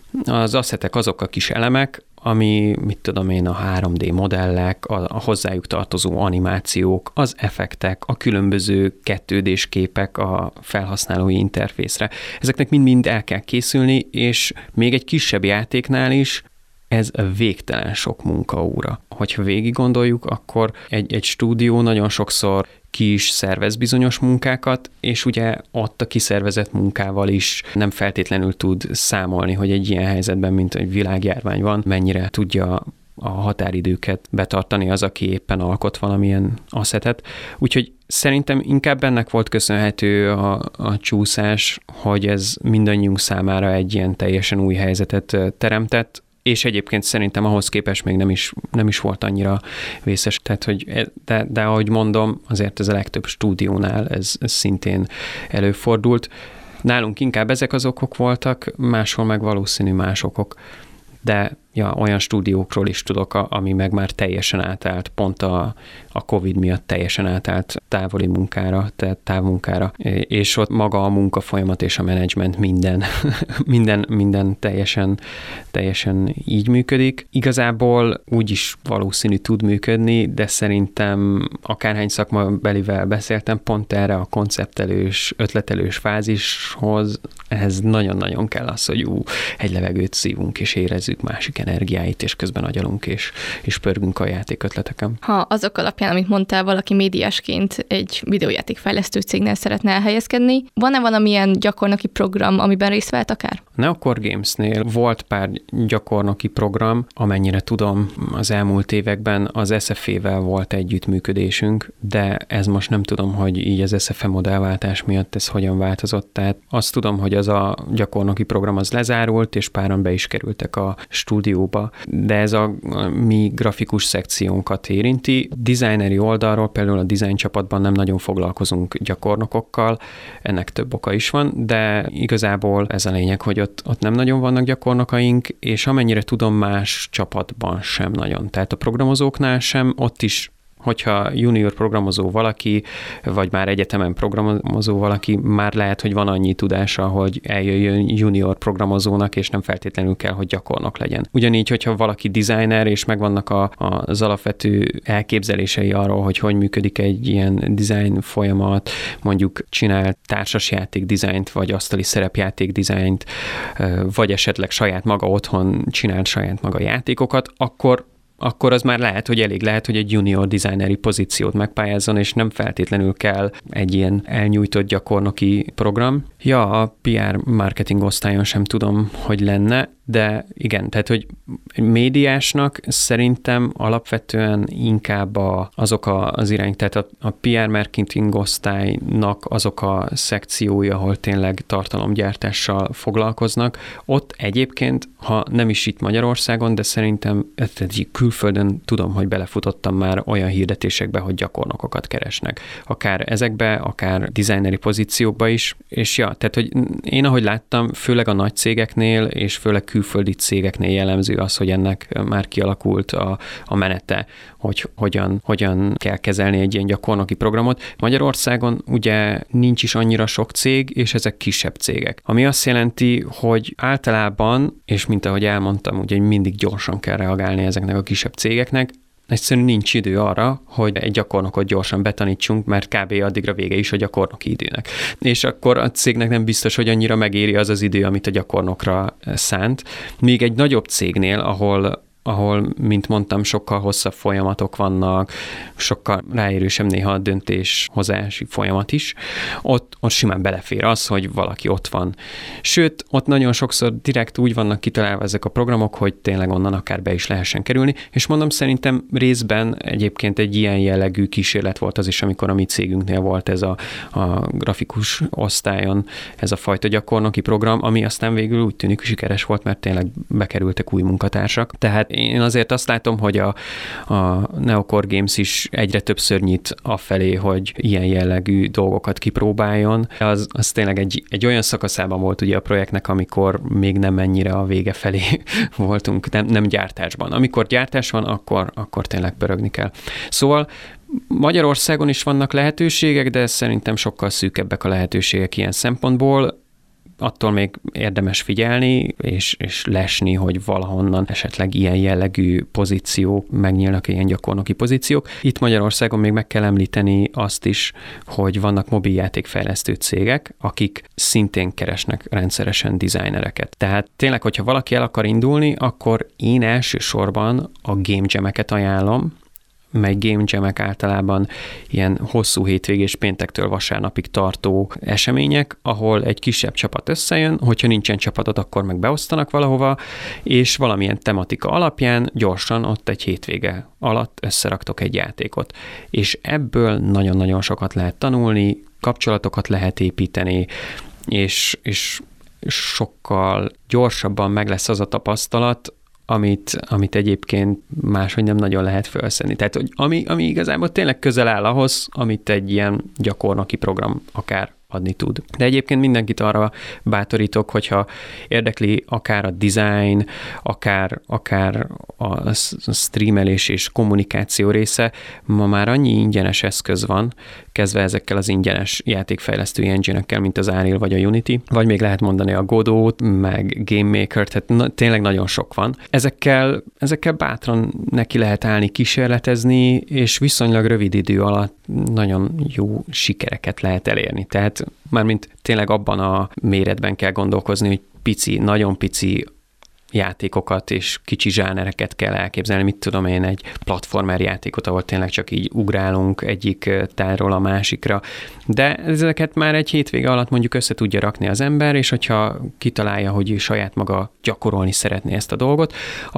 Az asszetek azok a kis elemek, ami, mit tudom én, a 3D modellek, a hozzájuk tartozó animációk, az effektek, a különböző 2D-s képek a felhasználói interfészre. Ezeknek mind-mind el kell készülni, és még egy kisebb játéknál is ez végtelen sok munkaóra. Hogyha végig gondoljuk, akkor egy stúdió nagyon sokszor ki is szervez bizonyos munkákat, és ugye ott a kiszervezett munkával is nem feltétlenül tud számolni, hogy egy ilyen helyzetben, mint egy világjárvány van, mennyire tudja a határidőket betartani az, aki éppen alkot valamilyen asszetet. Úgyhogy szerintem inkább ennek volt köszönhető a csúszás, hogy ez mindannyiunk számára egy ilyen teljesen új helyzetet teremtett, és egyébként szerintem ahhoz képest még nem is volt annyira vészes. Tehát, hogy de ahogy mondom, azért ez a legtöbb stúdiónál ez szintén előfordult. Nálunk inkább ezek az okok voltak, máshol meg valószínű más okok. De olyan stúdiókról is tudok, ami meg már teljesen átállt, pont a Covid miatt teljesen átállt távoli munkára, tehát távmunkára, és ott maga a munkafolyamat és a menedzsment minden teljesen így működik. Igazából úgy is valószínű tud működni, de szerintem akárhány szakmabelivel beszéltem, pont erre a konceptelős, ötletelős fázishoz ehhez nagyon-nagyon kell az, hogy egy levegőt szívunk és érezzük másik energiáit, és közben agyalunk, és pörgünk a játékötleteken. Ha azok alapján, amit mondtál, valaki médiásként egy videójátékfejlesztő cégnél szeretne elhelyezkedni, van-e valamilyen gyakornoki program, amiben részt vett akár? Neocore Gamesnél volt pár gyakornoki program, amennyire tudom, az elmúlt években az SFE-vel volt együttműködésünk, de ez most nem tudom, hogy így az SFE modellváltás miatt ez hogyan változott. Tehát azt tudom, hogy az a gyakornoki program az lezárult, és páran be is kerültek a stúdióba, de ez a mi grafikus szekciónkat érinti. Designeri oldalról például a design csapatban nem nagyon foglalkozunk gyakornokokkal, ennek több oka is van, de igazából ez a lényeg, hogy ott nem nagyon vannak gyakornokaink, és amennyire tudom, más csapatban sem nagyon. Tehát a programozóknál sem, ott is, hogyha junior programozó valaki, vagy már egyetemen programozó valaki, már lehet, hogy van annyi tudása, hogy eljöjjön junior programozónak, és nem feltétlenül kell, hogy gyakornok legyen. Ugyanígy, hogyha valaki designer, és megvannak az alapvető elképzelései arról, hogy működik egy ilyen design folyamat, mondjuk csinál társasjáték dizájnt, vagy asztali szerepjáték dizájnt, vagy esetleg saját maga otthon csinált saját maga játékokat, akkor az már elég lehet, hogy egy junior designeri pozíciót megpályázzon, és nem feltétlenül kell egy ilyen elnyújtott gyakornoki program. Ja, a PR marketing osztályon sem tudom, hogy lenne, de igen, tehát, hogy médiásnak szerintem alapvetően inkább azok az irány, tehát a PR marketing osztálynak azok a szekciói, ahol tényleg tartalomgyártással foglalkoznak. Ott egyébként, ha nem is itt Magyarországon, de szerintem külföldön tudom, hogy belefutottam már olyan hirdetésekbe, hogy gyakornokokat keresnek. Akár ezekbe, akár designeri pozíciókba is, és ja, tehát, hogy én ahogy láttam, főleg a nagy cégeknél, és főleg külföldi cégeknél jellemző az, hogy ennek már kialakult a menete, hogy hogyan kell kezelni egy ilyen gyakornoki programot. Magyarországon ugye nincs is annyira sok cég, és ezek kisebb cégek. Ami azt jelenti, hogy általában, és mint ahogy elmondtam, ugye mindig gyorsan kell reagálni ezeknek a kisebb cégeknek, egyszerűen nincs idő arra, hogy egy gyakornokot gyorsan betanítsunk, mert kb. Addigra vége is a gyakornoki időnek. És akkor a cégnek nem biztos, hogy annyira megéri az idő, amit a gyakornokra szánt. Míg egy nagyobb cégnél, ahol, mint mondtam, sokkal hosszabb folyamatok vannak, sokkal ráérősebb néha a döntéshozási folyamat is, ott simán belefér az, hogy valaki ott van. Sőt, ott nagyon sokszor direkt úgy vannak kitalálva ezek a programok, hogy tényleg onnan akár be is lehessen kerülni, és mondom, szerintem részben egyébként egy ilyen jellegű kísérlet volt az is, amikor a mi cégünknél volt ez a grafikus osztályon ez a fajta gyakornoki program, ami aztán végül úgy tűnik sikeres volt, mert tényleg bekerültek új munkatársak. Tehát én azért azt látom, hogy a Neocore Games is egyre többször nyit afelé, hogy ilyen jellegű dolgokat kipróbáljon. Az tényleg egy olyan szakaszában volt ugye a projektnek, amikor még nem ennyire a vége felé voltunk, nem gyártásban. Amikor gyártás van, akkor tényleg pörögni kell. Szóval Magyarországon is vannak lehetőségek, de szerintem sokkal szűkebbek a lehetőségek ilyen szempontból. Attól még érdemes figyelni, és lesni, hogy valahonnan esetleg ilyen jellegű pozíció, megnyílnak ilyen gyakornoki pozíciók. Itt Magyarországon még meg kell említeni azt is, hogy vannak mobiljátékfejlesztő cégek, akik szintén keresnek rendszeresen designereket. Tehát tényleg, hogyha valaki el akar indulni, akkor én elsősorban a game jam-eket ajánlom, mely game jam-ek általában ilyen hosszú hétvégés péntektől vasárnapig tartó események, ahol egy kisebb csapat összejön, hogyha nincsen csapatod, akkor meg beosztanak valahova, és valamilyen tematika alapján gyorsan ott egy hétvége alatt összeraktok egy játékot. És ebből nagyon-nagyon sokat lehet tanulni, kapcsolatokat lehet építeni, és sokkal gyorsabban meg lesz az a tapasztalat, amit egyébként máshogy nem nagyon lehet felszedni. Tehát, hogy ami igazából tényleg közel áll ahhoz, amit egy ilyen gyakornoki program akár adni tud. De egyébként mindenkit arra bátorítok, hogyha érdekli akár a design, akár a streamelés és kommunikáció része, ma már annyi ingyenes eszköz van, kezdve ezekkel az ingyenes játékfejlesztő engine-ekkel, mint az Unreal vagy a Unity, vagy még lehet mondani a Godot, meg Game Maker, tehát tényleg nagyon sok van. Ezekkel bátran neki lehet állni, kísérletezni, és viszonylag rövid idő alatt nagyon jó sikereket lehet elérni. Tehát mármint tényleg abban a méretben kell gondolkozni, hogy pici, nagyon pici játékokat és kicsi zsánereket kell elképzelni, mit tudom én, egy platformer játékot, ahol tényleg csak így ugrálunk egyik tárról a másikra, de ezeket már egy hétvége alatt mondjuk össze tudja rakni az ember, és hogyha kitalálja, hogy saját maga gyakorolni szeretné ezt a dolgot,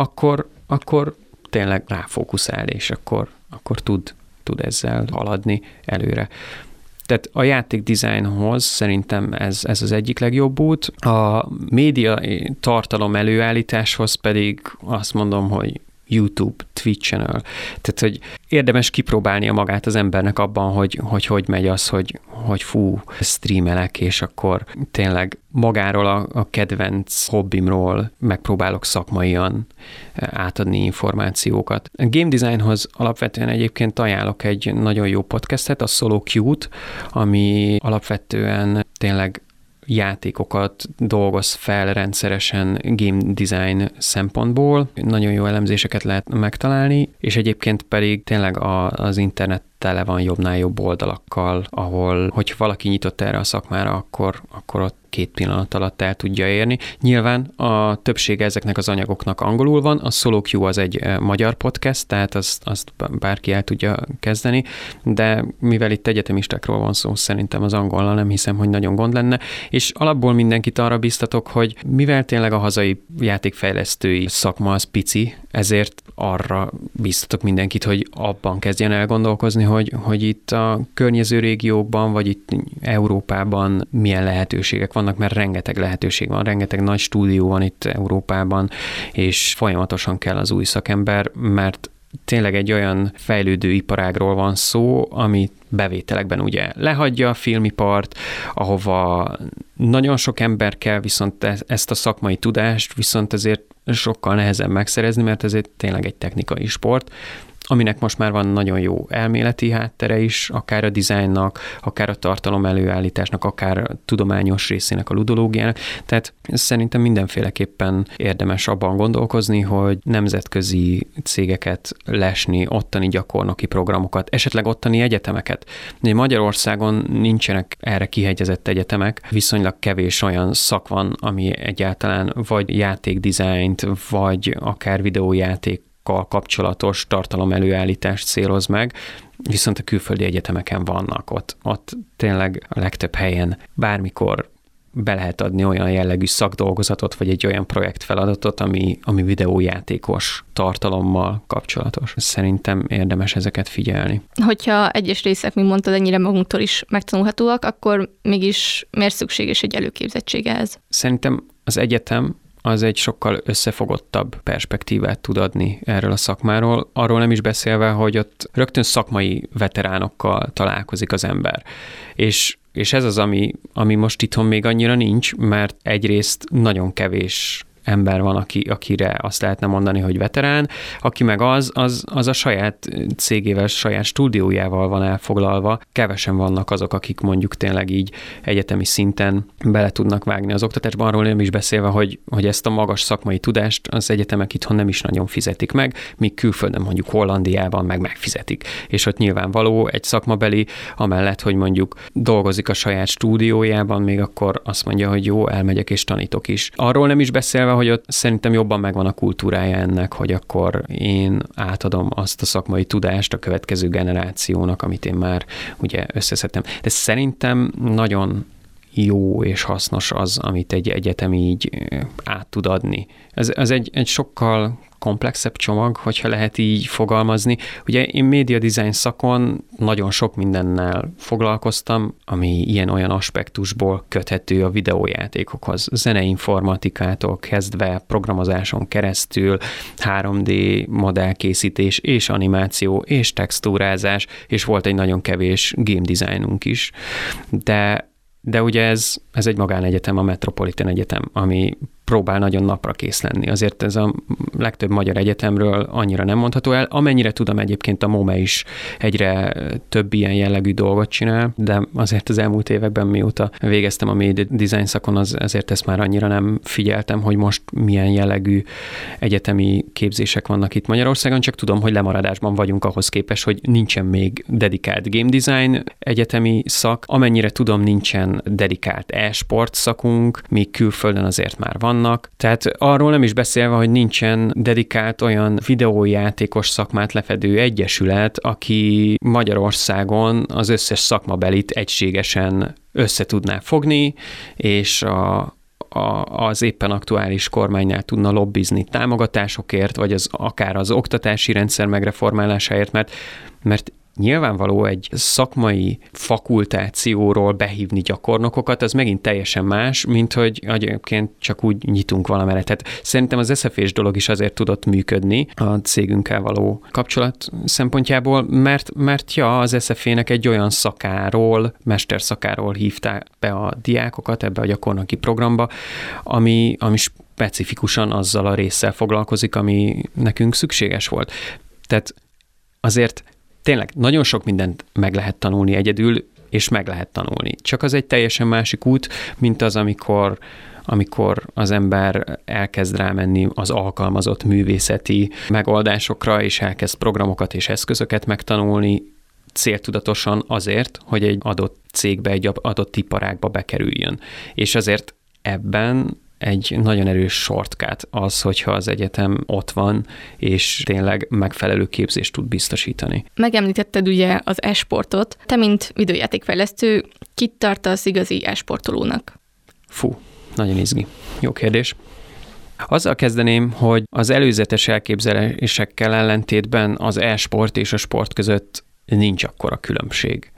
akkor tényleg ráfókuszál, és akkor tud ezzel haladni előre. Tehát a játékdizájnhoz szerintem ez az egyik legjobb út. A média tartalom előállításhoz pedig azt mondom, hogy YouTube, Twitch channel. Tehát, hogy érdemes kipróbálnia magát az embernek abban, hogy megy az, hogy streamelek, és akkor tényleg magáról a kedvenc hobbimról megpróbálok szakmaian átadni információkat. A game designhoz alapvetően egyébként ajánlok egy nagyon jó podcastet, a Solo Q-t, ami alapvetően tényleg játékokat dolgoz fel rendszeresen game design szempontból. Nagyon jó elemzéseket lehet megtalálni, és egyébként pedig tényleg az internet tele van jobbnál jobb oldalakkal, ahol, hogy valaki nyitott erre a szakmára, akkor ott 2 pillanat alatt el tudja érni. Nyilván a többsége ezeknek az anyagoknak angolul van, a Solo Q az egy magyar podcast, tehát azt bárki el tudja kezdeni, de mivel itt egyetemistákról van szó, szerintem az angollal nem hiszem, hogy nagyon gond lenne, és alapból mindenkit arra biztatok, hogy mivel tényleg a hazai játékfejlesztői szakma az pici, ezért arra biztatok mindenkit, hogy abban kezdjen el gondolkozni, hogy itt a környező régiókban, vagy itt Európában milyen lehetőségek vannak, mert rengeteg lehetőség van, rengeteg nagy stúdió van itt Európában, és folyamatosan kell az új szakember, mert tényleg egy olyan fejlődő iparágról van szó, ami bevételekben ugye lehagyja a filmipart, ahova nagyon sok ember kell, viszont ezt a szakmai tudást viszont ezért sokkal nehezebb megszerezni, mert ez tényleg egy technikai sport, aminek most már van nagyon jó elméleti háttere is, akár a dizájnnak, akár a tartalom előállításnak, akár a tudományos részének, a ludológiának. Tehát szerintem mindenféleképpen érdemes abban gondolkozni, hogy nemzetközi cégeket lesni, ottani gyakornoki programokat, esetleg ottani egyetemeket. Magyarországon nincsenek erre kihegyezett egyetemek, viszonylag kevés olyan szak van, ami egyáltalán vagy játékdizájnt, vagy akár videójáték kapcsolatos tartalom előállítást céloz meg, viszont a külföldi egyetemeken vannak ott tényleg a legtöbb helyen bármikor be lehet adni olyan jellegű szakdolgozatot, vagy egy olyan projektfeladatot, ami videójátékos tartalommal kapcsolatos. Szerintem érdemes ezeket figyelni. Hogyha egyes részek, mint mondtad, ennyire magunktól is megtanulhatóak, akkor mégis miért szükséges egy előképzettség ehhez? Szerintem az egyetem az egy sokkal összefogottabb perspektívát tud adni erről a szakmáról. Arról nem is beszélve, hogy ott rögtön szakmai veteránokkal találkozik az ember. És ez az, ami most itthon még annyira nincs, mert egyrészt nagyon kevés ember van, akire azt lehetne mondani, hogy veterán, aki meg az a saját cégével, saját stúdiójával van elfoglalva. Kevesen vannak azok, akik mondjuk tényleg így egyetemi szinten bele tudnak vágni az oktatásban, arról nem is beszélve, hogy ezt a magas szakmai tudást az egyetemek itthon nem is nagyon fizetik meg, míg külföldön mondjuk Hollandiában meg megfizetik. És ott nyilvánvaló egy szakmabeli, amellett, hogy mondjuk dolgozik a saját stúdiójában, még akkor azt mondja, hogy jó, elmegyek és tanítok is. Arról nem is beszélve, hogy ott szerintem jobban megvan a kultúrája ennek, hogy akkor én átadom azt a szakmai tudást a következő generációnak, amit én már ugye összeszedtem. De szerintem nagyon jó és hasznos az, amit egy egyetem így át tud adni. Ez egy sokkal komplexebb csomag, hogyha lehet így fogalmazni. Ugye én média design szakon nagyon sok mindennel foglalkoztam, ami ilyen-olyan aspektusból köthető a videójátékokhoz. Zeneinformatikától kezdve, programozáson keresztül, 3D modellkészítés és animáció és textúrázás, és volt egy nagyon kevés game designunk is. De ugye ez egy magánegyetem, a Metropolitan Egyetem, ami próbál nagyon napra kész lenni. Azért ez a legtöbb magyar egyetemről annyira nem mondható el. Amennyire tudom, egyébként a MOME is egyre több ilyen jellegű dolgot csinál, de azért az elmúlt években, mióta végeztem a média design szakon, azért ezt már annyira nem figyeltem, hogy most milyen jellegű egyetemi képzések vannak itt Magyarországon, csak tudom, hogy lemaradásban vagyunk ahhoz képest, hogy nincsen még dedikált game design egyetemi szak. Amennyire tudom, nincsen dedikált e-sport szakunk, míg külföldön azért már vannak. vannak, tehát arról nem is beszélve, hogy nincsen dedikált olyan videójátékos szakmát lefedő egyesület, aki Magyarországon az összes szakmabelit egységesen össze tudná fogni, és az éppen aktuális kormánynál tudna lobbizni támogatásokért, vagy akár az oktatási rendszer megreformálásáért, mert nyilvánvaló egy szakmai fakultációról behívni gyakornokokat, az megint teljesen más, mint hogy egyébként csak úgy nyitunk valamelyet. Tehát szerintem az SZF-s dolog is azért tudott működni a cégünkkel való kapcsolat szempontjából, mert az SZF-nek egy olyan szakáról, mesterszakáról hívták be a diákokat ebbe a gyakornoki programba, ami specifikusan azzal a résszel foglalkozik, ami nekünk szükséges volt. Tehát azért tényleg nagyon sok mindent meg lehet tanulni egyedül, és meg lehet tanulni. Csak az egy teljesen másik út, mint az, amikor az ember elkezd rámenni az alkalmazott művészeti megoldásokra, és elkezd programokat és eszközöket megtanulni céltudatosan azért, hogy egy adott cégbe, egy adott iparágba bekerüljön. És azért ebben egy nagyon erős shortcut az, hogyha az egyetem ott van, és tényleg megfelelő képzést tud biztosítani. Megemlítetted ugye az e-sportot. Te, mint videójátékfejlesztő, kit tartasz igazi e-sportolónak? Nagyon izgi. Jó kérdés. Azzal kezdeném, hogy az előzetes elképzelésekkel ellentétben az e-sport és a sport között nincs akkora különbség.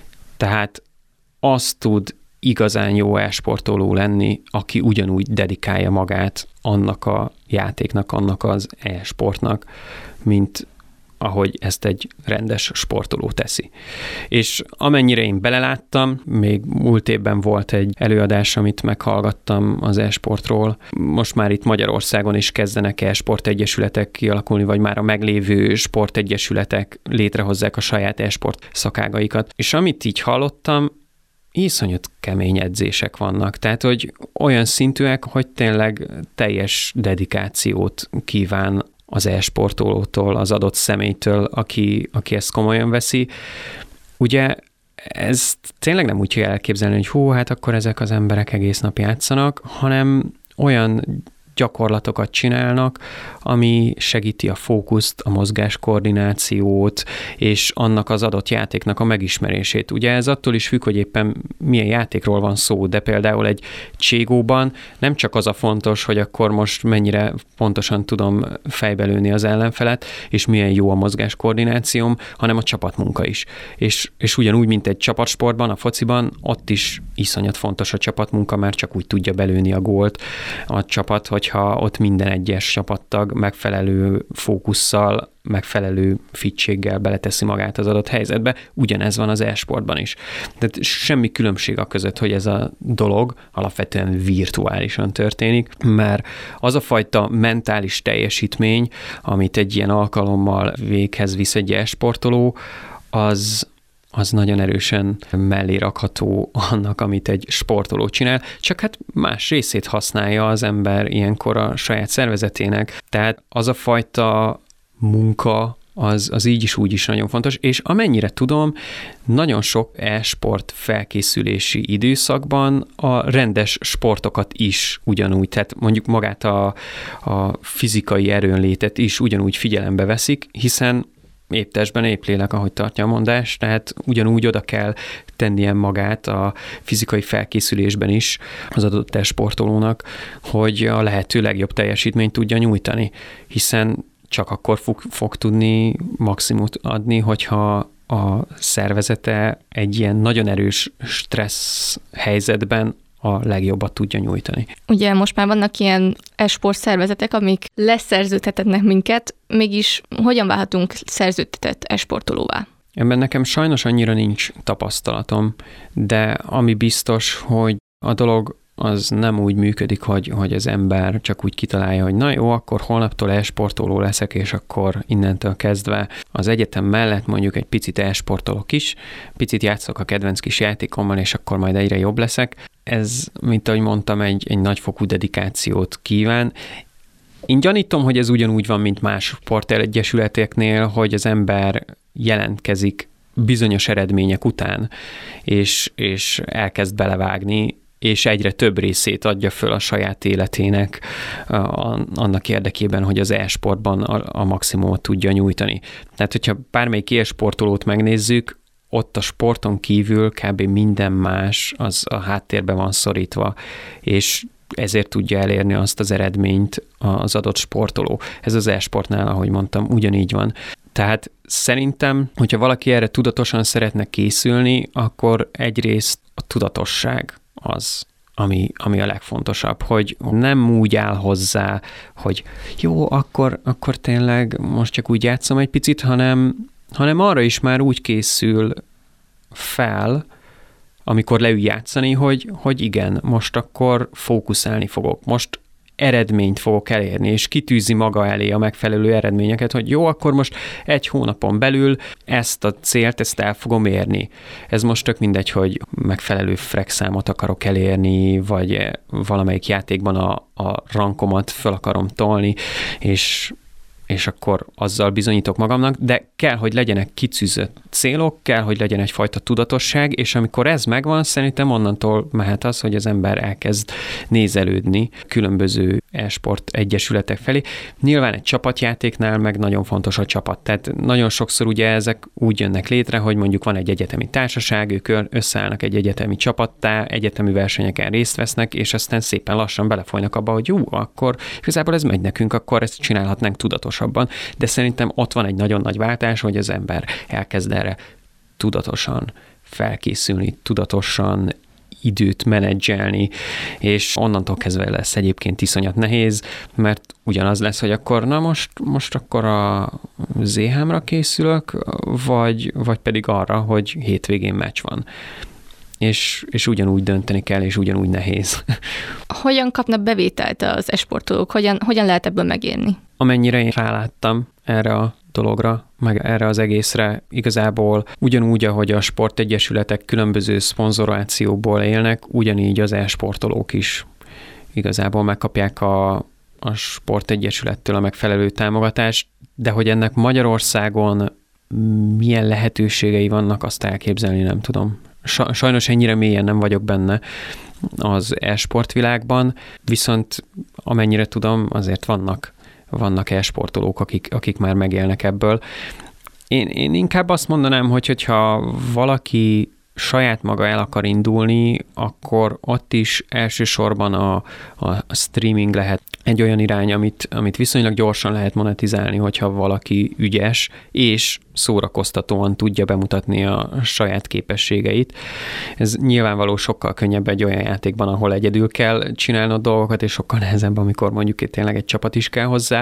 Tehát azt tud igazán jó e-sportoló lenni, aki ugyanúgy dedikálja magát annak a játéknak, annak az e-sportnak, mint ahogy ezt egy rendes sportoló teszi. És amennyire én beleláttam, még múlt évben volt egy előadás, amit meghallgattam az e-sportról. Most már itt Magyarországon is kezdenek e-sportegyesületek kialakulni, vagy már a meglévő sportegyesületek létrehozzák a saját e-sport szakágaikat. És amit így hallottam, iszonyat kemény edzések vannak, tehát hogy olyan szintűek, hogy tényleg teljes dedikációt kíván az e-sportolótól, az adott személytől, aki ezt komolyan veszi. Ugye ezt tényleg nem úgy kell elképzelni, hogy hát akkor ezek az emberek egész nap játszanak, hanem olyan gyakorlatokat csinálnak, ami segíti a fókuszt, a mozgáskoordinációt, és annak az adott játéknak a megismerését. Ugye ez attól is függ, hogy éppen milyen játékról van szó, de például egy Cségóban nem csak az a fontos, hogy akkor most mennyire pontosan tudom fejbelőni az ellenfelet, és milyen jó a mozgáskoordinációm, hanem a csapatmunka is. És ugyanúgy, mint egy csapatsportban, a fociban, ott is iszonyat fontos a csapatmunka, mert csak úgy tudja belőni a gólt a csapat, hogyha ott minden egyes csapattag megfelelő fókusszal, megfelelő fittséggel beleteszi magát az adott helyzetbe. Ugyanez van az e-sportban is. Tehát semmi különbség a között, hogy ez a dolog alapvetően virtuálisan történik, mert az a fajta mentális teljesítmény, amit egy ilyen alkalommal véghez visz egy e-sportoló, az nagyon erősen mellé rakható annak, amit egy sportoló csinál, csak hát más részét használja az ember ilyenkor a saját szervezetének. Tehát az a fajta munka, az így is úgy is nagyon fontos, és amennyire tudom, nagyon sok e-sport felkészülési időszakban a rendes sportokat is ugyanúgy, tehát mondjuk magát a fizikai erőnlétet is ugyanúgy figyelembe veszik, hiszen épp testben, épp lélek, ahogy tartja a mondás, tehát ugyanúgy oda kell tennie magát a fizikai felkészülésben is az adott testsportolónak, hogy a lehető legjobb teljesítményt tudja nyújtani, hiszen csak akkor fog tudni maximumot adni, hogyha a szervezete egy ilyen nagyon erős stressz helyzetben a legjobbat tudja nyújtani. Ugye most már vannak ilyen e-sport szervezetek, amik leszerződtetnek minket, mégis hogyan válhatunk szerződtetett e-sportolóvá? Ebben nekem sajnos annyira nincs tapasztalatom, de ami biztos, hogy a dolog az nem úgy működik, hogy az ember csak úgy kitalálja, hogy na jó, akkor holnaptól e-sportoló leszek, és akkor innentől kezdve az egyetem mellett mondjuk egy picit e-sportolok is, picit játszok a kedvenc kis játékommal, és akkor majd egyre jobb leszek. Ez, mint ahogy mondtam, egy nagyfokú dedikációt kíván. Én gyanítom, hogy ez ugyanúgy van, mint más sportegyesületeknél, hogy az ember jelentkezik bizonyos eredmények után, és elkezd belevágni és egyre több részét adja föl a saját életének annak érdekében, hogy az e-sportban a maximumot tudja nyújtani. Tehát, hogyha bármelyik e-sportolót megnézzük, ott a sporton kívül kb. Minden más az a háttérbe van szorítva, és ezért tudja elérni azt az eredményt az adott sportoló. Ez az e-sportnál, ahogy mondtam, ugyanígy van. Tehát szerintem, hogyha valaki erre tudatosan szeretne készülni, akkor egyrészt a tudatosság az, ami a legfontosabb, hogy nem úgy áll hozzá, hogy jó, akkor tényleg most csak úgy játszom egy picit, hanem arra is már úgy készül fel, amikor leül játszani, hogy igen, most akkor fókuszálni fogok, most eredményt fogok elérni, és kitűzi maga elé a megfelelő eredményeket, hogy jó, akkor most 1 hónapon belül ezt a célt, ezt el fogom érni. Ez most tök mindegy, hogy megfelelő fragszámot akarok elérni, vagy valamelyik játékban a rankomat föl akarom tolni, és akkor azzal bizonyítok magamnak, de kell, hogy legyenek kitűzött célok, kell, hogy legyen egyfajta tudatosság, és amikor ez megvan, szerintem onnantól mehet az, hogy az ember elkezd nézelődni különböző e-sport egyesületek felé. Nyilván egy csapatjátéknál meg nagyon fontos a csapat. Tehát nagyon sokszor ugye ezek úgy jönnek létre, hogy mondjuk van egy egyetemi társaság, ők összeállnak egy egyetemi csapattá, egyetemi versenyeken részt vesznek, és aztán szépen lassan belefolynak abba, hogy jó, akkor igazából ez megy nekünk, akkor ezt csinálhatnánk tudatosabban. De szerintem ott van egy nagyon nagy váltás, hogy az ember elkezd erre tudatosan felkészülni, tudatosan időt menedzselni, és onnantól kezdve lesz egyébként iszonyat nehéz, mert ugyanaz lesz, hogy akkor most akkor a ZH-ra készülök, vagy pedig arra, hogy hétvégén meccs van. És ugyanúgy dönteni kell, és ugyanúgy nehéz. Hogyan kapnak bevételt az e-sportolók? Hogyan lehet ebből megérni? Amennyire én ráláttam erre a dologra, meg erre az egészre, igazából ugyanúgy, ahogy a sportegyesületek különböző szponzorációból élnek, ugyanígy az e-sportolók is igazából megkapják a sportegyesülettől a megfelelő támogatást, de hogy ennek Magyarországon milyen lehetőségei vannak, azt elképzelni nem tudom. Sajnos ennyire mélyen nem vagyok benne az e-sportvilágban, viszont amennyire tudom, azért vannak e-sportolók, akik már megélnek ebből. Én inkább azt mondanám, hogyha valaki saját maga el akar indulni, akkor ott is elsősorban a streaming lehet egy olyan irány, amit viszonylag gyorsan lehet monetizálni, hogyha valaki ügyes, és szórakoztatóan tudja bemutatni a saját képességeit. Ez nyilvánvaló sokkal könnyebb egy olyan játékban, ahol egyedül kell csinálnod dolgokat, és sokkal nehezebb, amikor mondjuk tényleg egy csapat is kell hozzá,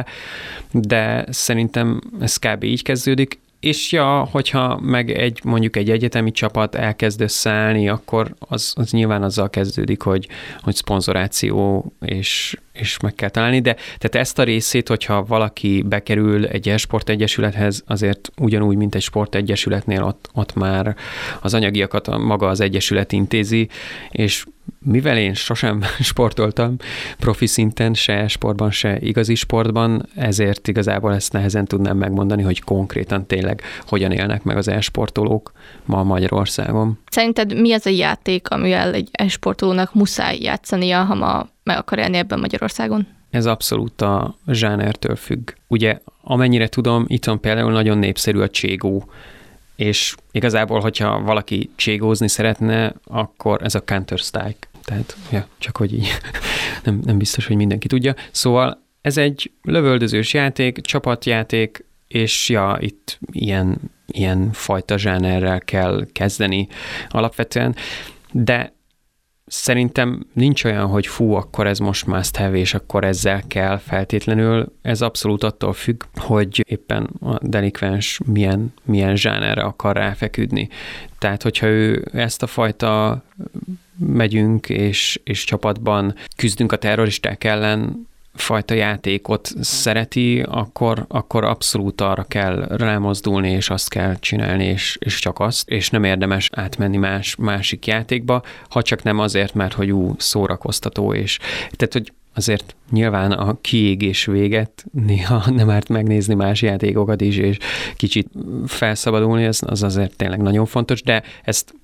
de szerintem ez kb. Így kezdődik. És hogyha meg mondjuk egy egyetemi csapat elkezd összeállni, akkor az nyilván azzal kezdődik, hogy szponzoráció és meg kell találni, de tehát ezt a részét, hogyha valaki bekerül egy e-sport egyesülethez, azért ugyanúgy, mint egy sportegyesületnél, ott már az anyagiakat maga az egyesület intézi, és mivel én sosem sportoltam profi szinten, se sportban, se igazi sportban, ezért igazából ezt nehezen tudnám megmondani, hogy konkrétan tényleg hogyan élnek meg az e-sportolók ma Magyarországon. Szerinted mi az a játék, amivel egy e-sportolónak muszáj játszania, ha ma meg akar élni ebben Magyarországon? Ez abszolút a zsánertől függ. Ugye, amennyire tudom, itthon például nagyon népszerű a cségó, és igazából, hogyha valaki cségózni szeretne, akkor ez a Counter-Strike. Tehát, csak hogy így nem biztos, hogy mindenki tudja. Szóval ez egy lövöldözős játék, csapatjáték, és itt ilyen fajta zsánerrel kell kezdeni alapvetően, de szerintem nincs olyan, hogy akkor ez most must have, és akkor ezzel kell feltétlenül. Ez abszolút attól függ, hogy éppen a delikvens milyen zsánerre akar ráfeküdni. Tehát, hogyha ő ezt a fajta megyünk, és csapatban küzdünk a terroristák ellen fajta játékot szereti, akkor abszolút arra kell rámozdulni, és azt kell csinálni, és csak azt, és nem érdemes átmenni másik játékba, ha csak nem azért, mert hogy szórakoztató, és tehát, hogy azért nyilván a kiégés véget néha nem árt megnézni más játékokat is, és kicsit felszabadulni, az azért tényleg nagyon fontos, de ezt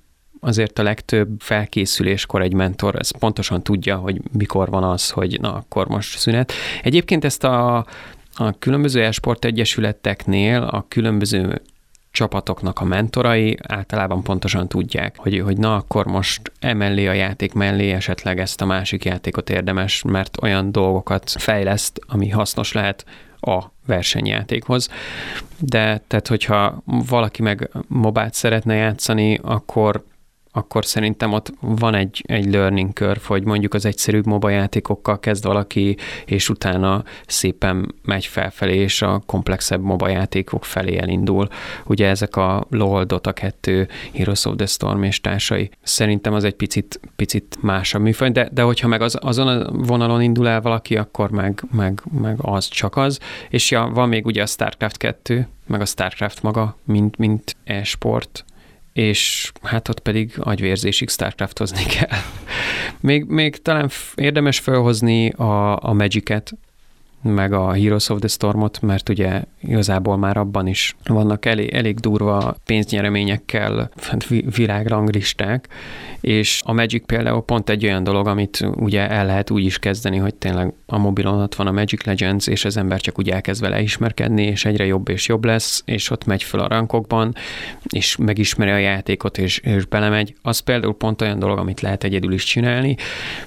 azért a legtöbb felkészüléskor egy mentor ez pontosan tudja, hogy mikor van az, hogy na, akkor most szünet. Egyébként ezt a különböző e-sportegyesületeknél a különböző csapatoknak a mentorai általában pontosan tudják, hogy na, akkor most emellé a játék mellé esetleg ezt a másik játékot érdemes, mert olyan dolgokat fejleszt, ami hasznos lehet a versenyjátékhoz. De tehát, hogyha valaki meg mobát szeretne játszani, akkor szerintem ott van egy learning curve, hogy mondjuk az egyszerűbb MOBA játékokkal kezd valaki, és utána szépen megy felfelé, és a komplexebb MOBA játékok felé elindul. Ugye ezek a LoL, Dota 2, Heroes of the Storm és társai. Szerintem az egy picit másabb műfaj, de hogyha meg azon a vonalon indul el valaki, akkor meg az csak az. És ja, van még ugye a StarCraft 2, meg a StarCraft maga, mint e-sport, és hát ott pedig agyvérzésig StarCraftozni kell. Még talán érdemes felhozni a Magic-et, meg a Heroes of the Stormot, mert ugye igazából már abban is vannak elég durva pénznyereményekkel világranglisták, és a Magic például pont egy olyan dolog, amit ugye el lehet úgy is kezdeni, hogy tényleg a mobilon ott van a Magic Legends, és az ember csak úgy elkezd vele ismerkedni, és egyre jobb és jobb lesz, és ott megy föl a rankokban, és megismeri a játékot, és belemegy. Az például pont olyan dolog, amit lehet egyedül is csinálni,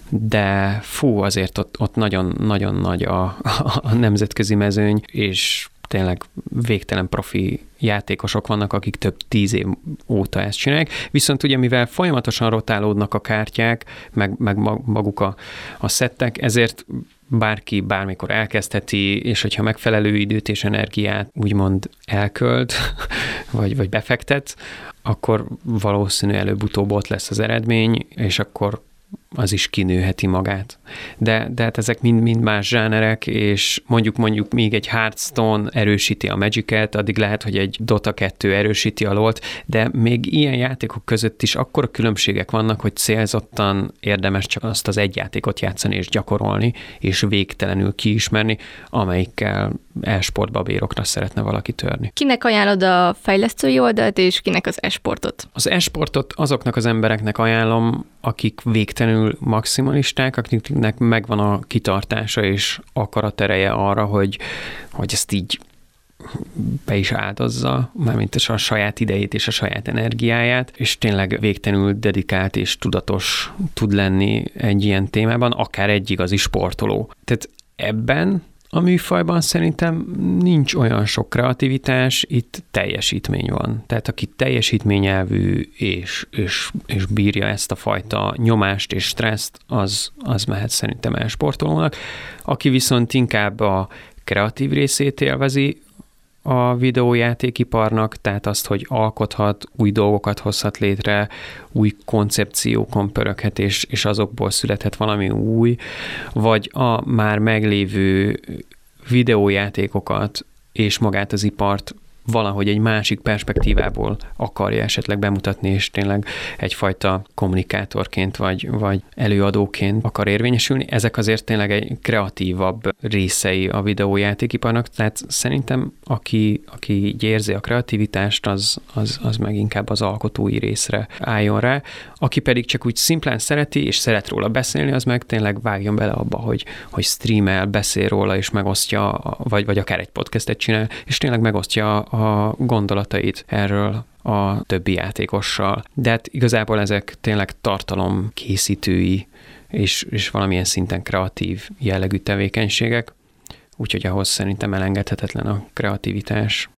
de azért ott nagyon nagy a nemzetközi mezőny, és tényleg végtelen profi játékosok vannak, akik több 10 év óta ezt csinálják. Viszont ugye, mivel folyamatosan rotálódnak a kártyák, meg maguk a szettek, ezért bárki bármikor elkezdheti, és hogyha megfelelő időt és energiát úgymond elkölt, vagy befektet, akkor valószínű előbb-utóbb ott lesz az eredmény, és akkor az is kinőheti magát. De hát ezek mind más zsánerek, és mondjuk még egy Hearthstone erősíti a Magic-et, addig lehet, hogy egy Dota 2 erősíti a LoL-t, de még ilyen játékok között is akkora különbségek vannak, hogy célzottan érdemes csak azt az egy játékot játszani és gyakorolni, és végtelenül kiismerni, amelyikkel e-sportba bérokra szeretne valaki törni. Kinek ajánlod a fejlesztői oldalt, és kinek az e-sportot? Az e-sportot azoknak az embereknek ajánlom, akik végtelenül maximalisták, akiknek megvan a kitartása és akaratereje arra, hogy ezt így be is áldozza, mármint a saját idejét és a saját energiáját, és tényleg végtelenül dedikált és tudatos tud lenni egy ilyen témában, akár egy igazi sportoló. Tehát ebben a műfajban szerintem nincs olyan sok kreativitás, itt teljesítmény van. Tehát aki teljesítményelvű és bírja ezt a fajta nyomást és stresszt, az mehet szerintem e-sportolónak. Aki viszont inkább a kreatív részét élvezi a videójátékiparnak, tehát azt, hogy alkothat, új dolgokat hozhat létre, új koncepciókon pöröghet, és azokból születhet valami új, vagy a már meglévő videójátékokat és magát az ipart valahogy egy másik perspektívából akarja esetleg bemutatni, és tényleg egyfajta kommunikátorként vagy előadóként akar érvényesülni. Ezek azért tényleg egy kreatívabb részei a videójátékiparnak, tehát szerintem aki így érzi a kreativitást, az meg inkább az alkotói részre álljon rá. Aki pedig csak úgy szimplán szereti, és szeret róla beszélni, az meg tényleg vágjon bele abba, hogy streamel, beszél róla, és megosztja, vagy akár egy podcastet csinál, és tényleg megosztja a gondolatait erről a többi játékossal. De hát igazából ezek tényleg tartalomkészítői és valamilyen szinten kreatív jellegű tevékenységek, úgyhogy ahhoz szerintem elengedhetetlen a kreativitás.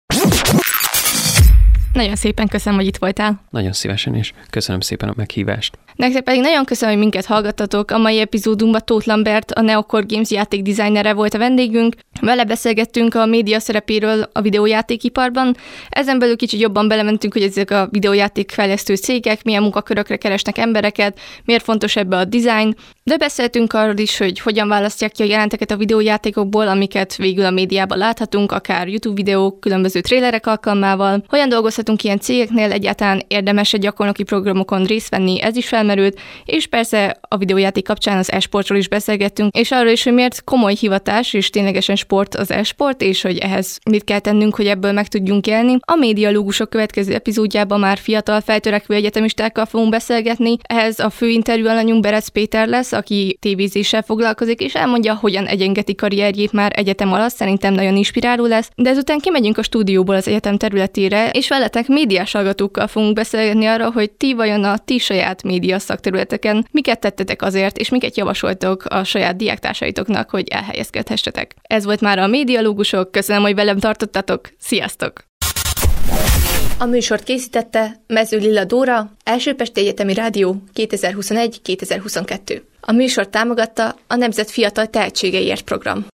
Nagyon szépen köszönöm, hogy itt voltál. Nagyon szívesen, és köszönöm szépen a meghívást. Nektek pedig nagyon köszönöm, hogy minket hallgattatok. A mai epizódunkban Tóth Lambert, a Neocore Games játékdesignere volt a vendégünk. Vele beszélgettünk a média szerepéről a videójátékiparban. Ezen belül kicsit jobban belementünk, hogy ezek a videójátékfejlesztő cégek milyen munkakörökre keresnek embereket, miért fontos ebbe a design. De beszéltünk arról is, hogy hogyan választják ki a jelenteket a videójátékokból, amiket végül a médiában láthatunk, akár YouTube videók, különböző trélerek alkalmával, hogyan dolgozhat dolgozhatunk ilyen cégeknél, egyáltalán érdemes egy gyakornoki programokon részt venni, ez is felmerült, és persze a videójáték kapcsán az e-sportról is beszélgettünk, és arról is, hogy miért komoly hivatás és ténylegesen sport az e-sport, és hogy ehhez mit kell tennünk, hogy ebből meg tudjunk élni. A médialógusok következő epizódjában már fiatal feltörekvő egyetemistákkal fogunk beszélgetni, ehhez a fő interjú alanyunk Berec Péter lesz, aki tévézéssel foglalkozik, és elmondja, hogyan egyengeti karrierjét már egyetem alatt, szerintem nagyon inspiráló lesz, de ezután kimegyünk a stúdióból az egyetem területére, és veletek médiás hallgatókkal fogunk beszélgetni arra, hogy ti vajon a ti saját média szakterületeken miket tettetek azért, és miket javasoltok a saját diáktársaitoknak, hogy elhelyezkedhessetek. Ez volt már a médialógusok, köszönöm, hogy velem tartottatok, sziasztok! A műsort készítette Mező Lilla Dóra, Első Pesti Egyetemi Rádió 2021-2022. A műsort támogatta a Nemzet Fiatal Tehetségeiért program.